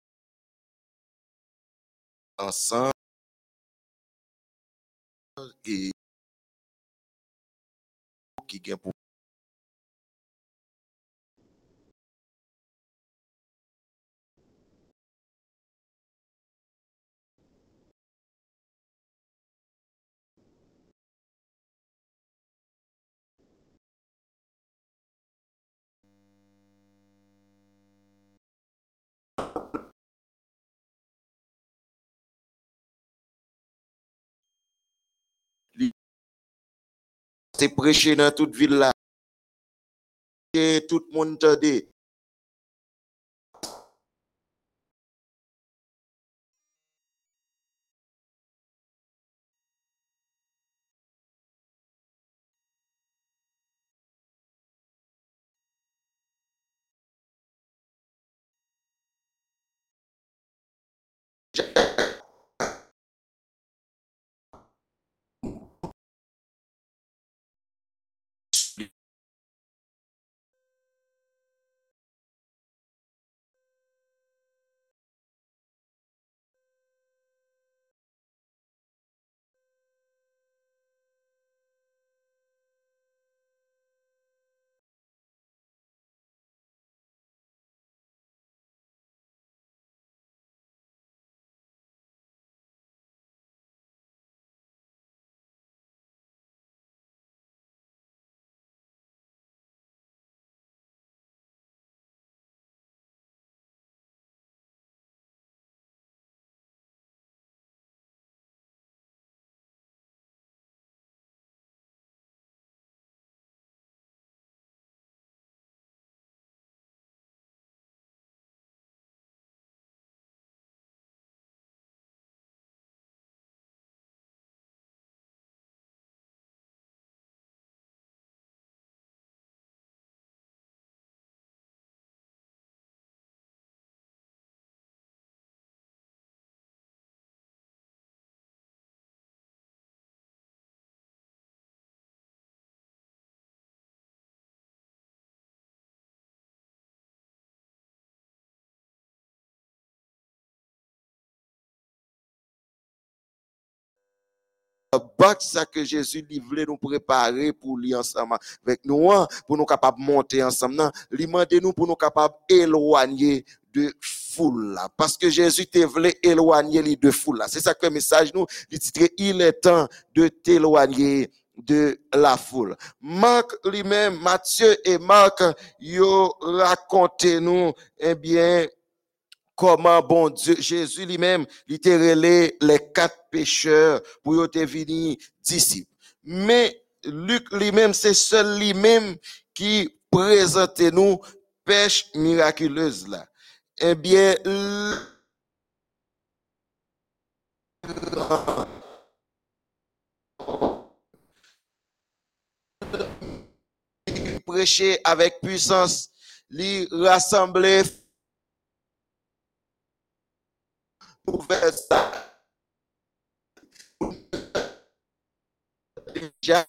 S2: ensemble, et qui gagne pour c'est prêcher dans toute ville là. Et tout le monde entendait. Box ça que Jésus voulait nous préparer pour lui ensemble avec nous, pour nous capables de monter ensemble. Il demande nous pour nous capables d'éloigner de foule là. Parce que Jésus te voulait éloigner les deux foules là. C'est ça que le message nous dit, il est temps de t'éloigner de la foule. Marc lui-même, Matthieu et Marc, yo raconté nous, eh bien, comment bon Dieu, Jésus lui-même, littéralement les 4 pécheurs pour y devenir disciples. Mais Luc lui-même, c'est seul lui-même qui présente nous pêche miraculeuse là. Eh bien, prêcher avec puissance, lui rassembler ouvert ça déjà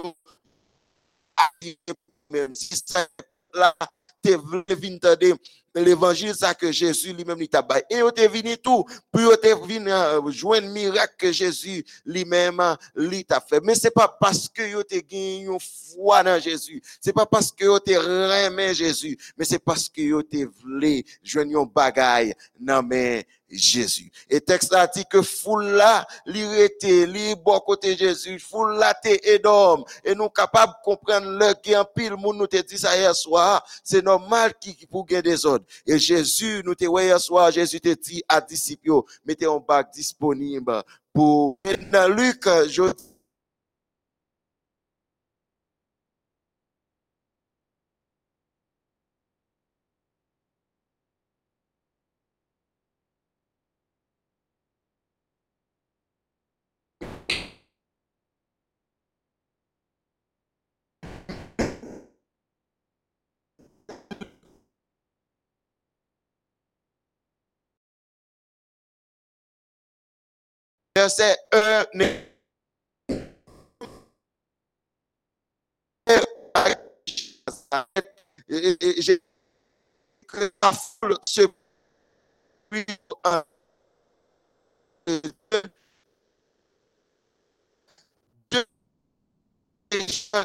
S2: même si ça là te venir
S6: l'évangile ça que Jésus lui-même lui t'a baillé. Et il est venu tout pour venir joindre miracle que Jésus lui-même lui t'a fait. Mais c'est pas parce que il t'a gagné une foi dans Jésus. C'est pas parce que il t'a aimé Jésus, mais c'est parce que il t'a voulu joindre un bagaille dans mais Jésus. Et texte là dit que foule là, li était, li bon côté Jésus, foule là t'es énorme. Et nous capables de comprendre le qui en pile monde nous te dit ça hier soir, c'est normal qui pour gagner des ordres. Et Jésus nous te hier soir, Jésus te dit à disciples, mettez un bac disponible pour dans Luc, verset 1, j'ai que la foule se prie en deux gens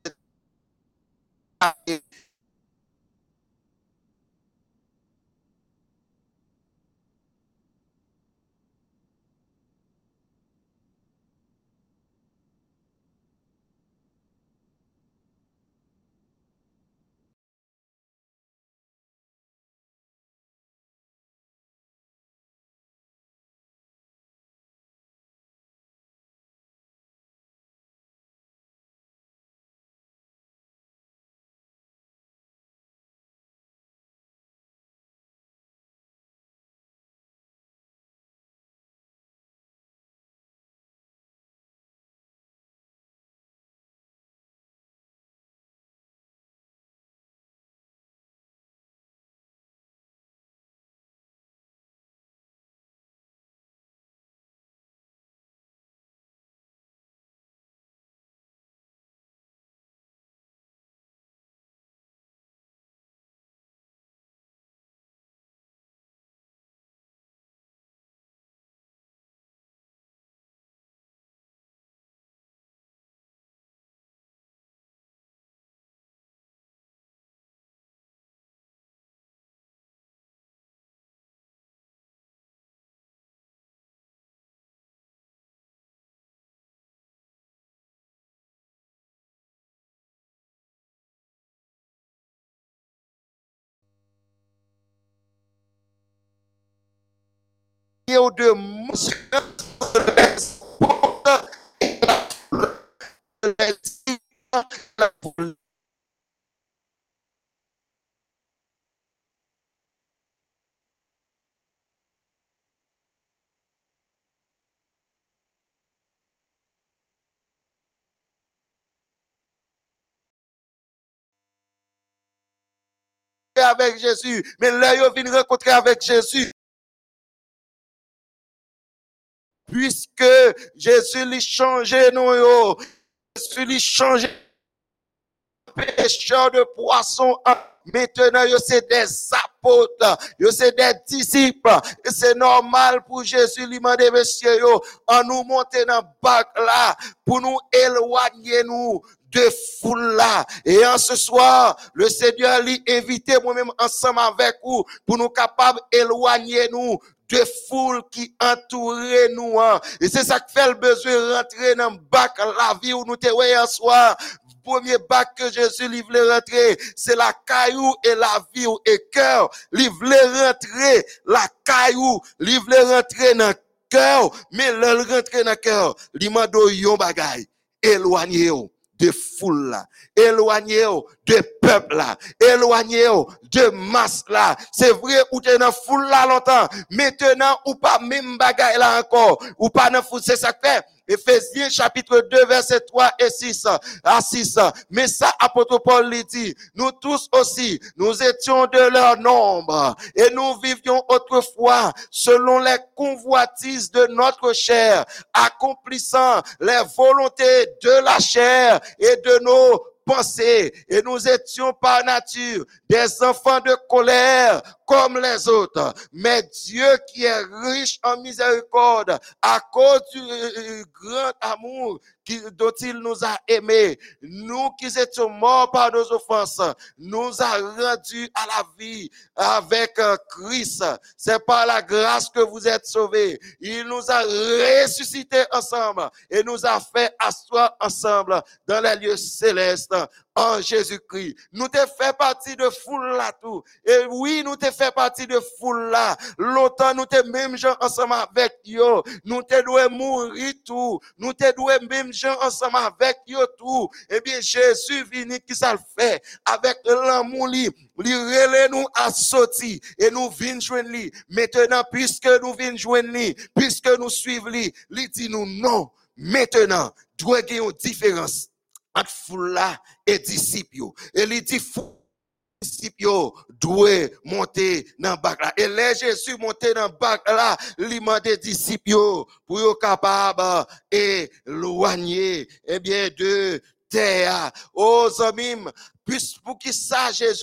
S6: de avec Jésus, mais là ils viennent rencontrer avec Jésus. Puisque Jésus lui changeait nous, Jésus lui changeait pêcheurs de poissons. Maintenant, c'est des apôtres, c'est des disciples. Et c'est normal pour Jésus lui demander, messieurs, en nous monter dans le bac là, pour nous éloigner nous de foule là. Et en ce soir, le Seigneur lui invité moi-même ensemble avec vous, pour nous capables d'éloigner nous de foule qui entourait nous. Et c'est ça qui fait le besoin de rentrer dans le bac la vie où nous te voyons ce soir. Premier bac que Jésus lui voulait rentrer, c'est la caillou et la vie et cœur. Il voulait rentrer la caillou, il voulait rentrer dans le cœur, mais le rentrer dans le cœur, il m'a donné yon bagay, éloignez-vous de foule là, éloignez-vous de peuple là, éloignez-vous de masse là. C'est vrai, ou t'es dans foule là longtemps, maintenant ou pas même bagay là encore, ou pas dans foule, c'est ça que fait. Éphésiens chapitre 2 verset 3 et 6 à 6. Mais ça, apôtre Paul lui dit, nous tous aussi, nous étions de leur nombre et nous vivions autrefois selon les convoitises de notre chair, accomplissant les volontés de la chair et de nos pensées et nous étions par nature des enfants de colère comme les autres. Mais Dieu qui est riche en miséricorde à cause du grand amour dont il nous a aimés, nous qui étions morts par nos offenses, nous a rendus à la vie avec Christ. C'est par la grâce que vous êtes sauvés. Il nous a ressuscités ensemble et nous a fait asseoir ensemble dans les lieux célestes en Jésus-Christ. Nous te fait partie de foule là tout. Et oui, nous te fait partie de foule là. Longtemps, nous te même gens ensemble avec yo. Nous te doué mourir tout. Nous te doué même gens ensemble avec yo tout. Eh bien, Jésus vini qui ça le fait avec l'amour li relève nous à sortir et nous vinn joindre lui. Maintenant, puisque nous vinn joindre lui, puisque nous suivons lui, il dit nous non. Maintenant, doit y avoir une différence entre foule là et disciples. Et il dit disciples doivent monter dans le bac là. Et les Jésus monter dans le bac là, il m'a des disciples pour être capable éloigner de terre. Aux amis, puisque pour qui ça Jésus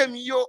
S6: système yo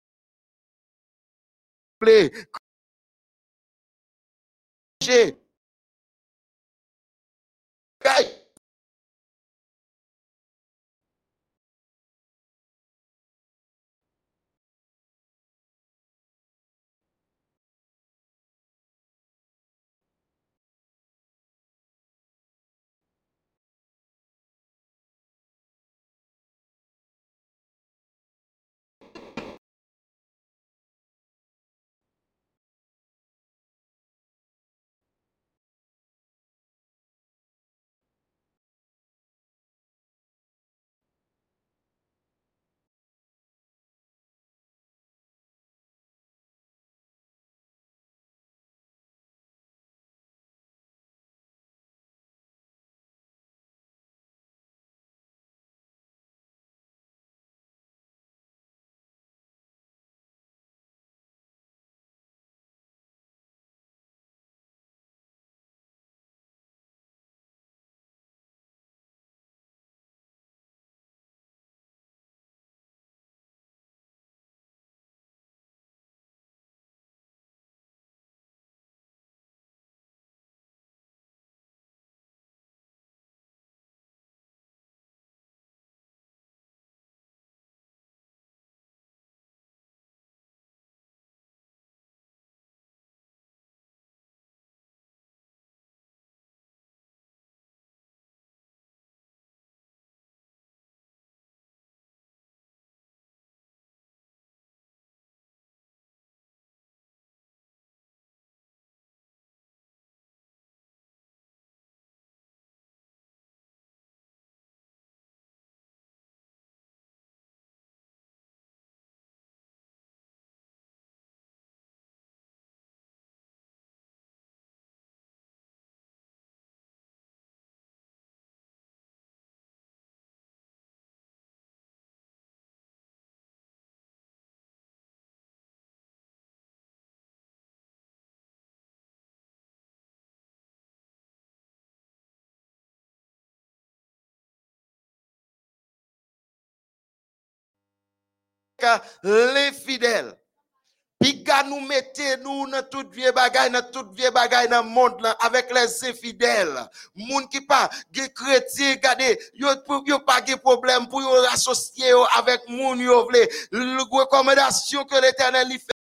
S6: les fidèles. Puis quand nous mettons dans toute vieille bagaille, dans le monde là, avec les infidèles. Moun qui pas des chrétiens, regardez, yo pas de problème pour yo associer avec moun yo vle. La recommandation que l'Éternel lui fait.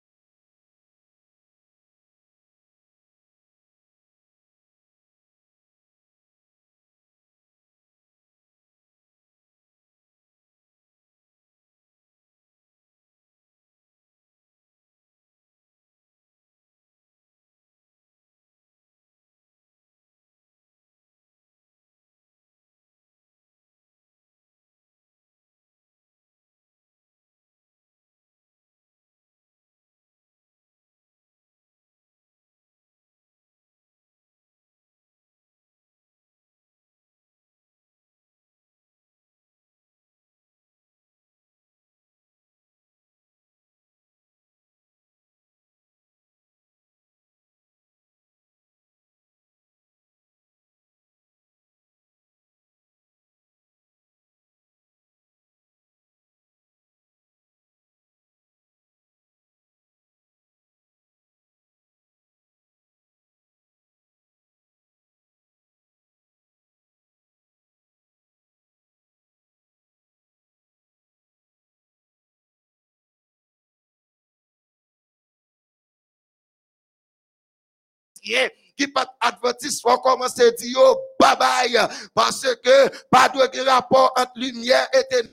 S6: Qui pas adventiste faut commencer à dire yo bye bye parce que pas de rapport entre lumière et ténèbres.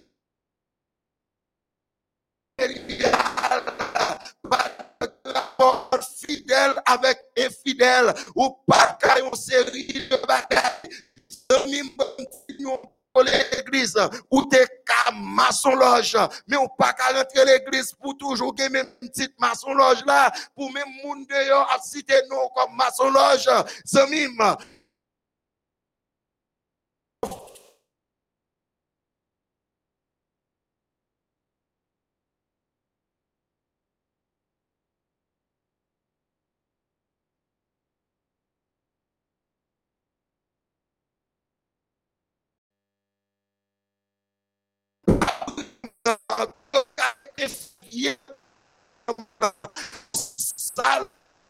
S6: Pas de rapport entre fidèle avec infidèle ou pas une série de bagages. L'église ou t'es qu'à maçon loge mais on pas qu'à rentrer l'église pour toujours gagner même petite maçon loge là pour même monde dehors à citer nous comme maçon loge samim purifié sale.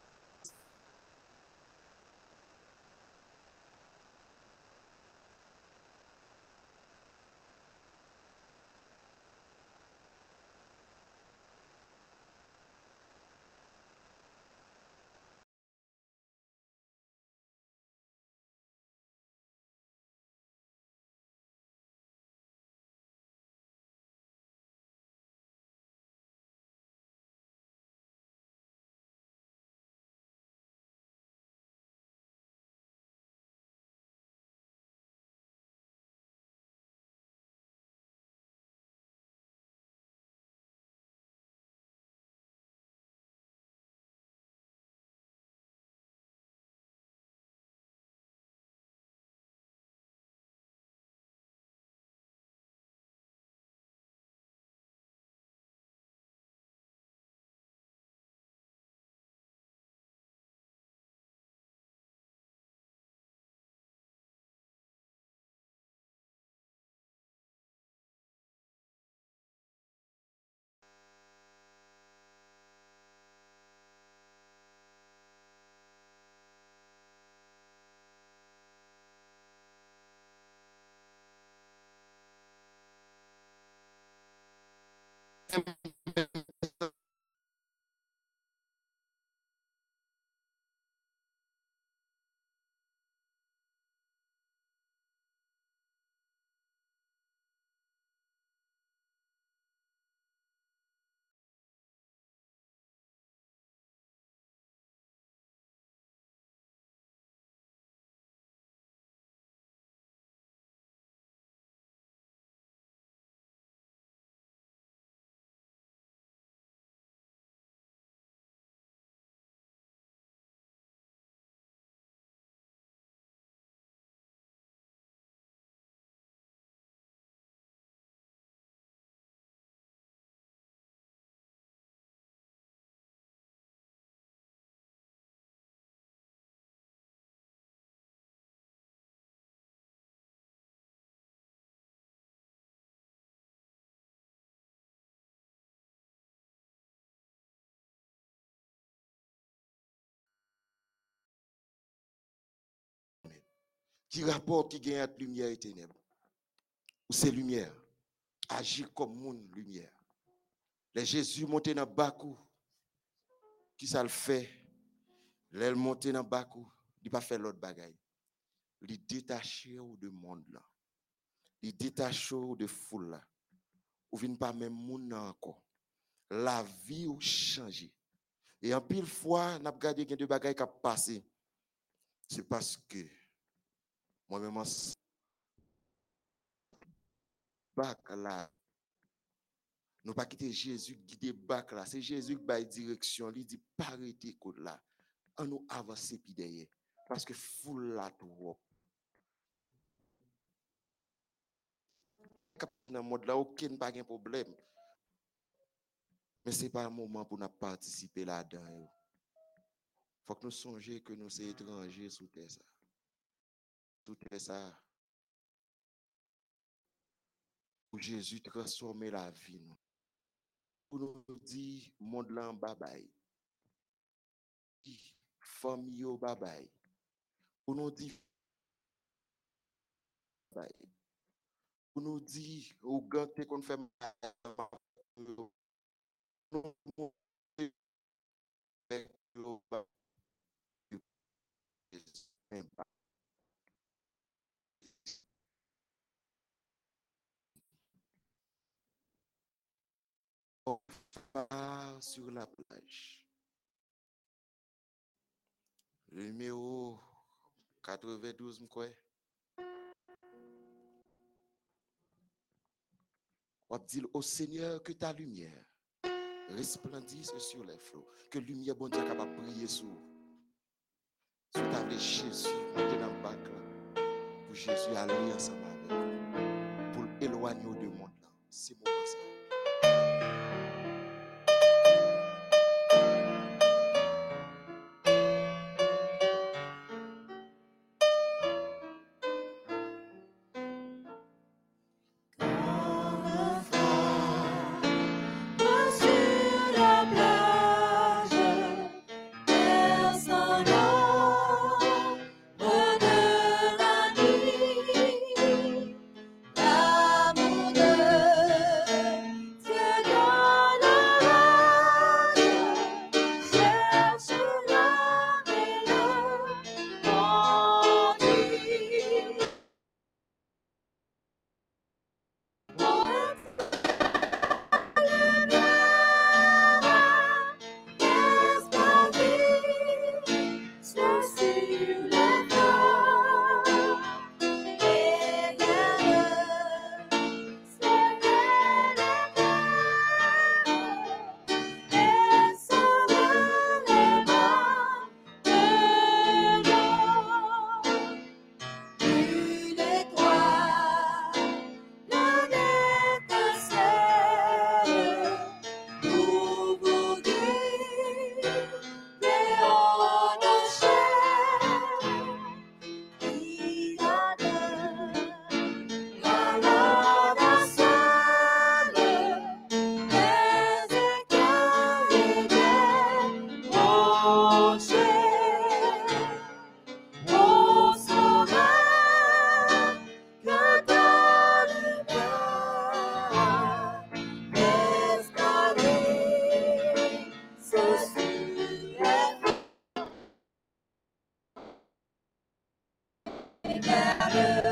S6: Qui rapporte qui gagne entre lumière et ténèbres. Ou c'est lumière. Agir comme monde lumière. Les Jésus monté dans Bakou. Qui ça le fait? L'aile monté dans Bakou. Il pas faire l'autre bagaille. Il détaché de monde là. Il détaché de foule là. Ou vient pas même monde encore. La vie ou changé. Et en pile fois, n'a regardé qu'il y a des bagailles qui ont passé. C'est parce que moi-même en bac là. Nous pas quitter Jésus guider bac là. C'est Jésus qui baille direction. Il dit pas arrêter côté là. On nous avancer puis derrière. Parce que foule là trop. Dans le monde là, aucun pas de problème. Mais ce n'est pas un moment pour nous participer là-dedans. Il faut que nous songions que nous sommes étrangers sous terre. Sous terre ça. Pour Jésus transformer la vie. Nous. Pour nous dire, monde là en babaye. Famille au babaye. Pour nous dire, babaye. Pour nous dire, au gante qu'on fait sur la plage. Le numéro 92, quoi? On dit au Seigneur que ta lumière resplendisse sur les flots. Que lumière, bon Dieu, capable de briller sur ta vie, Jésus, monter dans le bac là. Pour Jésus aller ensemble avec nous. Pour éloigner du monde là. C'est mon conseil.
S1: vers le